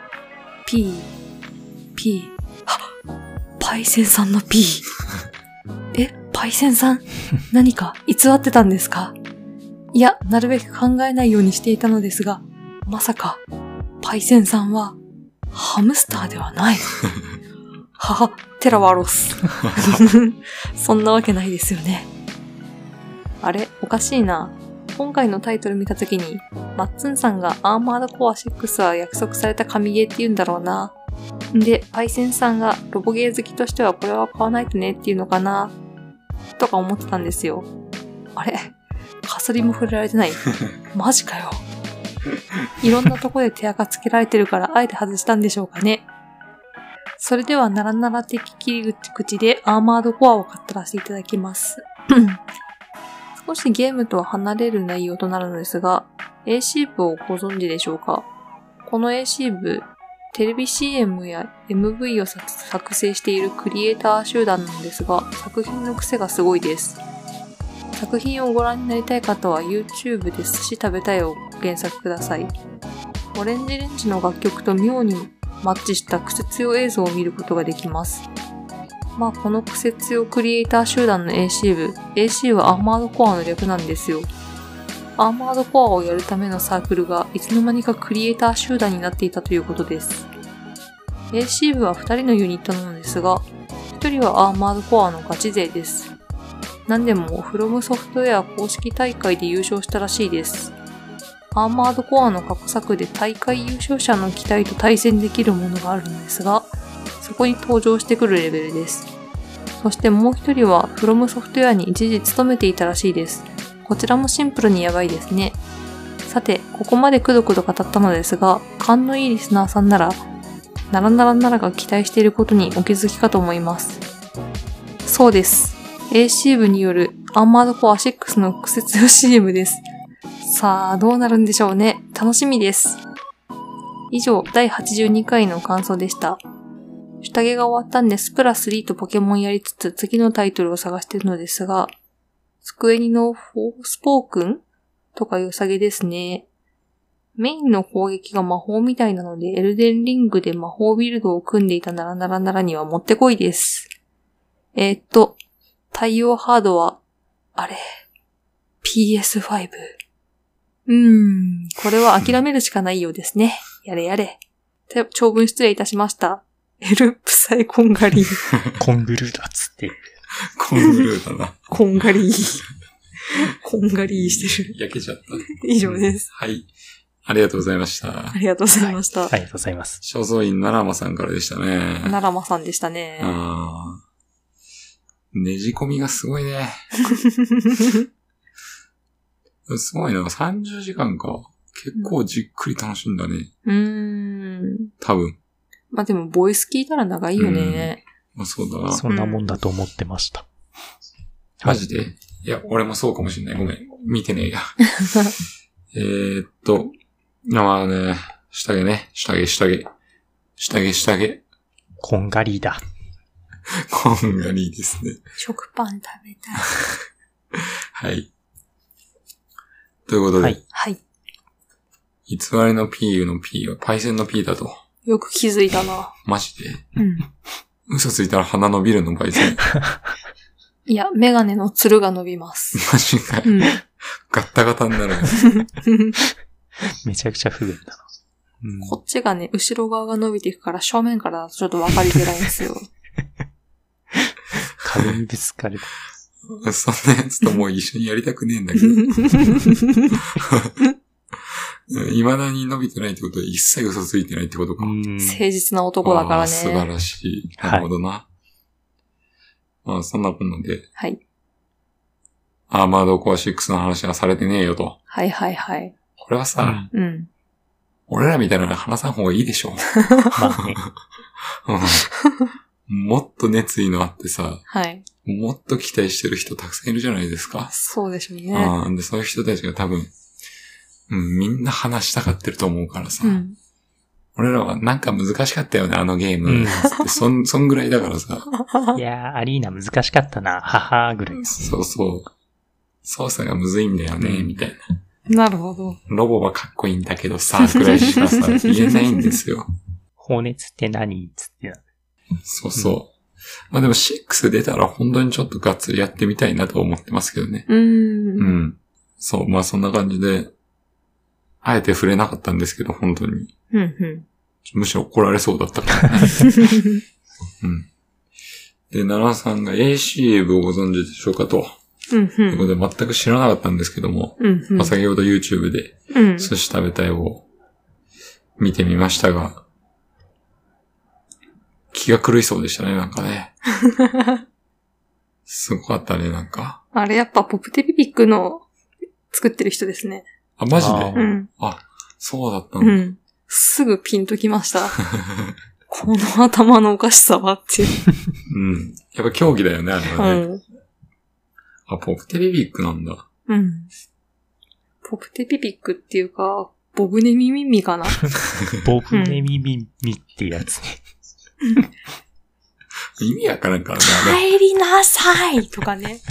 パイセンさんの P。パイセンさん、何か偽ってたんですか？いや、なるべく考えないようにしていたのですが、まさか、パイセンさんは、ハムスターではない。テラワロス。そんなわけないですよね。あれ、おかしいな。今回のタイトル見たときに、マッツンさんがアーマードコア6は約束された神ゲーって言うんだろうな。で、パイセンさんがロボゲー好きとしてはこれは買わないとねっていうのかな。とか思ってたんですよ。あれ？かすりも触れられてない。マジかよ。いろんなとこで手垢つけられてるからあえて外したんでしょうかね。それではなら的切り口でアーマードコアを買ったらせていただきます。少しゲームとは離れる内容となるのですが、AC 部をご存知でしょうか？この AC 部、テレビ CM や MV を作成しているクリエイター集団なんですが、作品の癖がすごいです。作品をご覧になりたい方は YouTube で寿司食べたいを検索ください。オレンジレンジの楽曲と妙にマッチした癖強映像を見ることができます。まあこの癖強クリエイター集団の AC 部、AC はアーマードコアの略なんですよ。アーマードコアをやるためのサークルがいつの間にかクリエイター集団になっていたということです。AC 部は2人のユニットなのですが、1人はアーマードコアのガチ勢です。何でもフロムソフトウェア公式大会で優勝したらしいです。アーマードコアの過去作で大会優勝者の機体と対戦できるものがあるのですが、そこに登場してくるレベルです。そしてもう一人はフロムソフトウェアに一時勤めていたらしいです。こちらもシンプルにやばいですね。さて、ここまでくどくど語ったのですが、勘のいいリスナーさんなら、ならが期待していることにお気づきかと思います。そうです。AC 部によるアーマードコア6の癖強 CM です。さあ、どうなるんでしょうね。楽しみです。以上、第82回の感想でした。下着が終わったんでスプラ3とポケモンやりつつ次のタイトルを探しているのですが、スクエニのフォースポークンとか良さげですね。 メインの攻撃が魔法みたいなので、エルデンリングで魔法ビルドを組んでいたならにはもってこいです。対応ハードは、PS5。これは諦めるしかないようですね。やれやれ。長文失礼いたしました。エルプサイコンガリー。 コングルーだっつって。 コングルーだな。 コンガリー。コンガリーしてる。 焼けちゃった。 以上です。 はい。ありがとうございました。 ありがとうございました。 ありがとうございます。 正倉院奈良間さんからでしたね。 奈良間さんでしたね。 ねじ込みがすごいね。すごいな。30時間か。結構じっくり楽しんだね。多分。 まあでも、ボイス聞いたら長いよね。 まあそうだな。 そんなもんだと思ってました。 マジで？いや、俺もそうかもしれない。ごめん。見てねえや。まあね、下着ね。下着。 こんがりだ。 こんがりですね。 食パン食べたい。 はい。ということで。 はい。 偽りの P の P はパイセンの P だと。 よく気づいたな。 マジで？嘘ついたら鼻伸びるのパイセン。 いや、メガネのつるが伸びます。 マジかよ。ガッタガタになる。 めちゃくちゃ不便だな。 こっちがね、後ろ側が伸びていくから正面からちょっと分かりづらいんですよ。 壁にぶつかる。 そんなやつともう一緒にやりたくねえんだけど。未だに伸びてないってことは一切嘘ついてないってことか。 誠実な男だからね。 素晴らしい。なるほどな。まあそんなこんなで。 はい。 アーマードコア6の話はされてねえよと。 はいはいはい。 これはさ、俺らみたいなの話さん方がいいでしょ。まあね。もっと熱意のあってさ、 はい。 もっと期待してる人たくさんいるじゃないですか。 そうでしょうね。 で、そういう人たちが多分、みんな話したがってると思うからさ。俺らはなんか難しかったよね、あのゲーム。そんぐらいだからさ。 いやー、アリーナ難しかったな、はぐらい。 そうそう。操作がむずいんだよね、みたいな。 なるほど。 ロボはかっこいいんだけどさ、くらいしかさ、言えないんですよ。 放熱って何つってな。 そうそう。まあでも6出たら本当にちょっとがっつりやってみたいなと思ってますけどね。そう、まあそんな感じで、あえて触れなかったんですけど、本当に。むしろ怒られそうだったからね。で、奈良さんが AC 部をご存知でしょうかと。ということで全く知らなかったんですけども、まあ、先ほど YouTube で寿司食べたいを見てみましたが、気が狂いそうでしたね、なんかね。すごかったね、なんか。 あれやっぱポプテピピックの作ってる人ですね。 あ、マジで？あ、そうだったの。 すぐピンときました。この頭のおかしさはっていう。 やっぱ競技だよね、あれはね。あ、ポプテピピックなんだ。ポプテピピックっていうか、ボブネミミミかな。 ボブネミミミってやつね。 意味わからんからね。 帰りなさいとかね。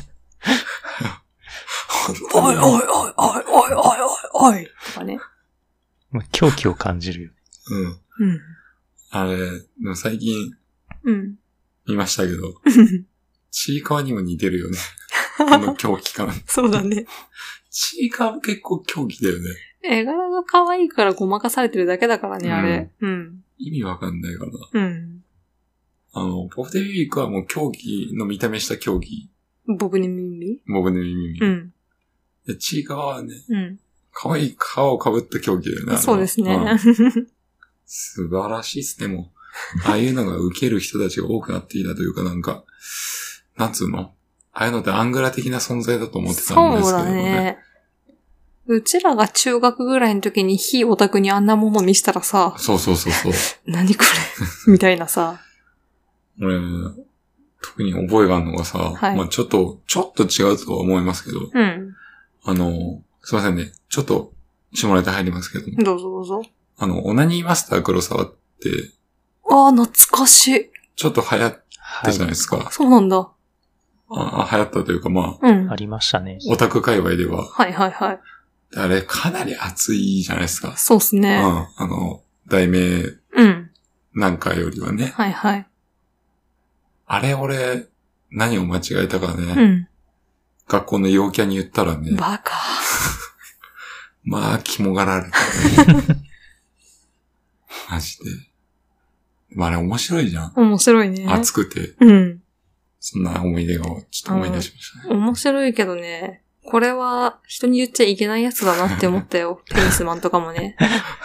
おいおいおいおいおいおいおいおいとかね。 狂気を感じるよ。 あれ、でも最近、見ましたけど、ちいかわにも似てるよね。この狂気感。 そうだね。 ちいかわも結構狂気だよね。 絵柄が可愛いからごまかされてるだけだからね、あれ。 意味わかんないからな。ポプテピピックはもう狂気の見た目した狂気。 ボブネミミボブネミミ。で、ちいかわはね、可愛い皮を被った狂気だよね。 そうですね。 素晴らしいっすね、もう。ああいうのが受ける人たちが多くなっていたというか、なんか、なんつうの？ああいうのってアングラ的な存在だと思ってたんですけどね。そうだね。 うちらが中学ぐらいの時に非オタクにあんなもの見したらさ。 そう。 何これみたいなさ。 俺、特に覚えがあるのがさ、まあちょっと違うとは思いますけど。すいませんね。ちょっと、下ネタ入りますけど。 どうぞどうぞ。 オナニーマスター黒沢って。 ああ、懐かしい。 ちょっと流行ったじゃないですか。 そうなんだ。 流行ったというかまあ。 ありましたね。 オタク界隈では。 はい。 あれ、かなり熱いじゃないですか。 そうっすね。 題名なんかよりはね。 はいはい。 あれ、俺、何を間違えたかね。学校の陽キャに言ったらね。 バカ。 まあ、肝がられたね。マジで。まあ、あれ面白いじゃん。 面白いね。 熱くて。そんな思い出をちょっと思い出しましたね。 面白いけどね。これは人に言っちゃいけないやつだなって思ったよ。テニスマンとかもね。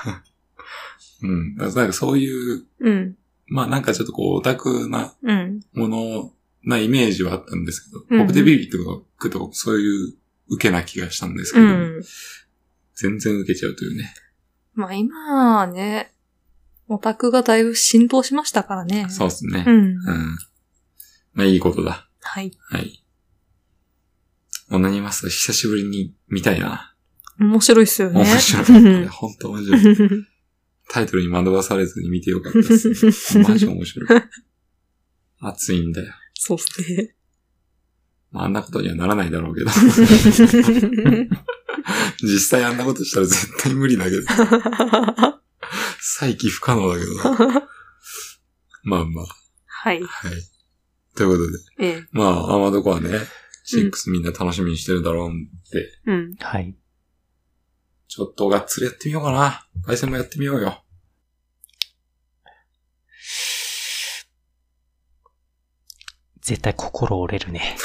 なんかそういう、まあなんかちょっとこうオタクなものなイメージはあったんですけど、僕でビビッとくとそういう受けな気がしたんですけど、全然受けちゃうというね。まあ今はね、オタクがだいぶ浸透しましたからね。 そうですね。まあいいことだ。 はい。 はい。オナニマスター久しぶりに見たいな。 面白いっすよね。 面白い。本当面白い。タイトルに惑わされずに見てよかったです、ね。マジ面白い。熱いんだよ。 そうっすね。 まあ、あんなことにはならないだろうけど。実際あんなことしたら絶対無理だけど。再起不可能だけどな。まあまあ。 はい。 はい。ということで。まあ、アマドコはね、6みんな楽しみにしてるだろうって。 はい。 ちょっとがっつりやってみようかな。パイセンもやってみようよ。 絶対心折れるね。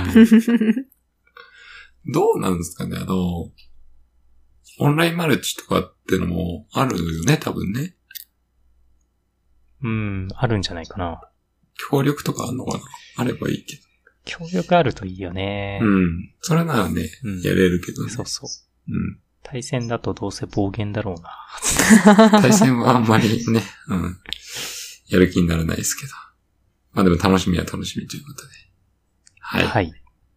どうなんですかねオンラインマルチとかってのもあるよね、多分ね。 あるんじゃないかな。 協力とかあんのかなあればいいけど。 協力あるといいよね。 それならね、やれるけどね。 そうそう。対戦だとどうせ暴言だろうな。 対戦はあんまりね、やる気にならないですけど。まあでも楽しみは楽しみということで。はい。 はい。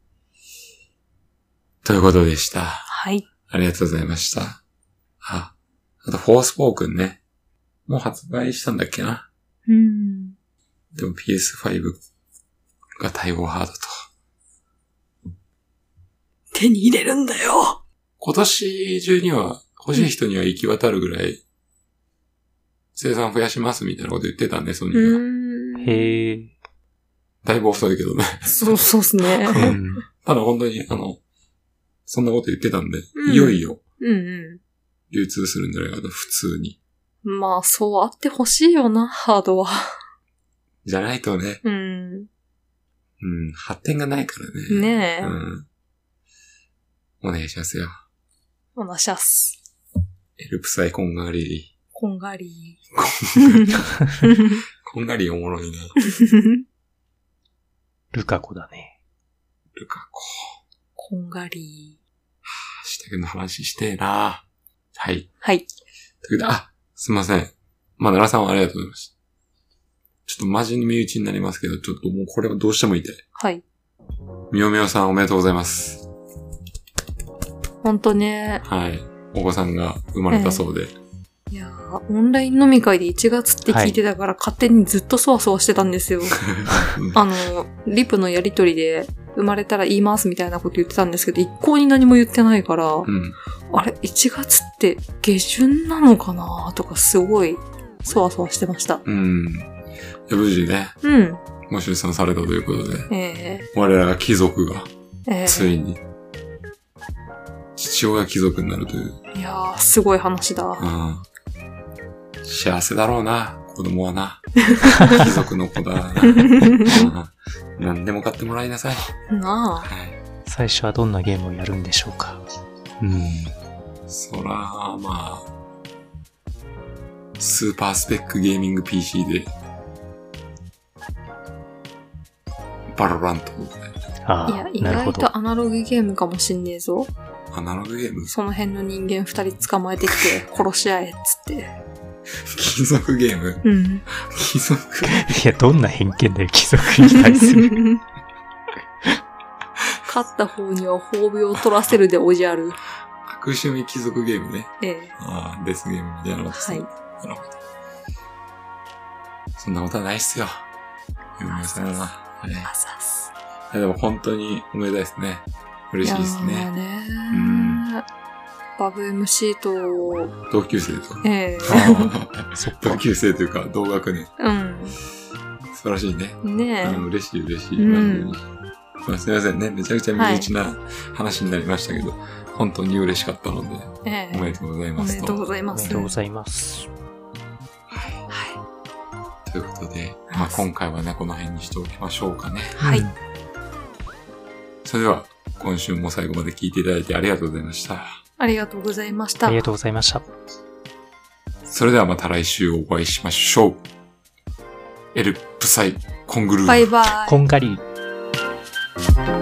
ということでした。 はい。 ありがとうございました。あと、フォースポークンね。もう発売したんだっけな。でも PS5 が対応ハードと。 手に入れるんだよ。 今年中には欲しい人には行き渡るぐらい生産増やしますみたいなこと言ってたんで、ソニーが。へー。 だいぶ遅いけどね。 そうっすね。 ただ本当にそんなこと言ってたんで、いよいよ流通するんじゃないかな、普通に。 まあ、そうあってほしいよな、ハードは。 じゃないとね。発展がないからね。 ねえ。 お願いしますよ。 お願いします。 エルプサイコンガリー。 コンガリー。コンガリーおもろいね。 ルカコだね。 ルカコ。 コンガリー。 下着の話してえな。はい。 はい。 ということで、すいません。奈良さんはありがとうございました。ちょっとマジに身内になりますけど、ちょっともうこれはどうしても言いたい。 はい。 みおみおさんおめでとうございます。 ほんとね。 はい。お子さんが生まれたそうで。 いやー、オンライン飲み会で1月って聞いてたから、勝手にずっとそわそわしてたんですよ。リプのやりとりで、生まれたら言いますみたいなこと言ってたんですけど、一向に何も言ってないから、あれ、1月って下旬なのかなとかすごい、そわそわしてました。 無事ね。ご出産されたということで。我らが貴族が、ついに、父親貴族になるという。 いやー、すごい話だ。 幸せだろうな、子供はな。貴族の子だな。何でも買ってもらいなさい。 なあ。 最初はどんなゲームをやるんでしょうか。 そら、まあ、スーパースペックゲーミング PC で、バロラント。 いや、意外とアナログゲームかもしんねえぞ。 アナログゲーム？ その辺の人間2人捕まえてきて、殺し合えっつって。 貴族ゲーム？貴族？ いや、どんな偏見だよ、貴族に対する。 勝った方には褒美を取らせるでおじゃる。 悪趣味貴族ゲームね。デスゲームみたいなことですね。なるほど。そんなことはないっすよ。読みませんな。 でも本当におめでたいですね。嬉しいですね。 バブ MC と、 同級生と。同級生というか、同学年。 うん。 素晴らしいね。 ねえ。 嬉しい。まあ、すみませんね。めちゃくちゃ身内な話になりましたけど、本当に嬉しかったので、おめでとうございます。 おめでとうございます。 おめでとうございます。 ということで、まあ今回はね、この辺にしておきましょうかね。 はい。 それでは、今週も最後まで聞いていただいてありがとうございました。 ありがとうございました。 ありがとうございました。 それではまた来週お会いしましょう。エルプサイコングルー。 バイバイ。 コンガリー。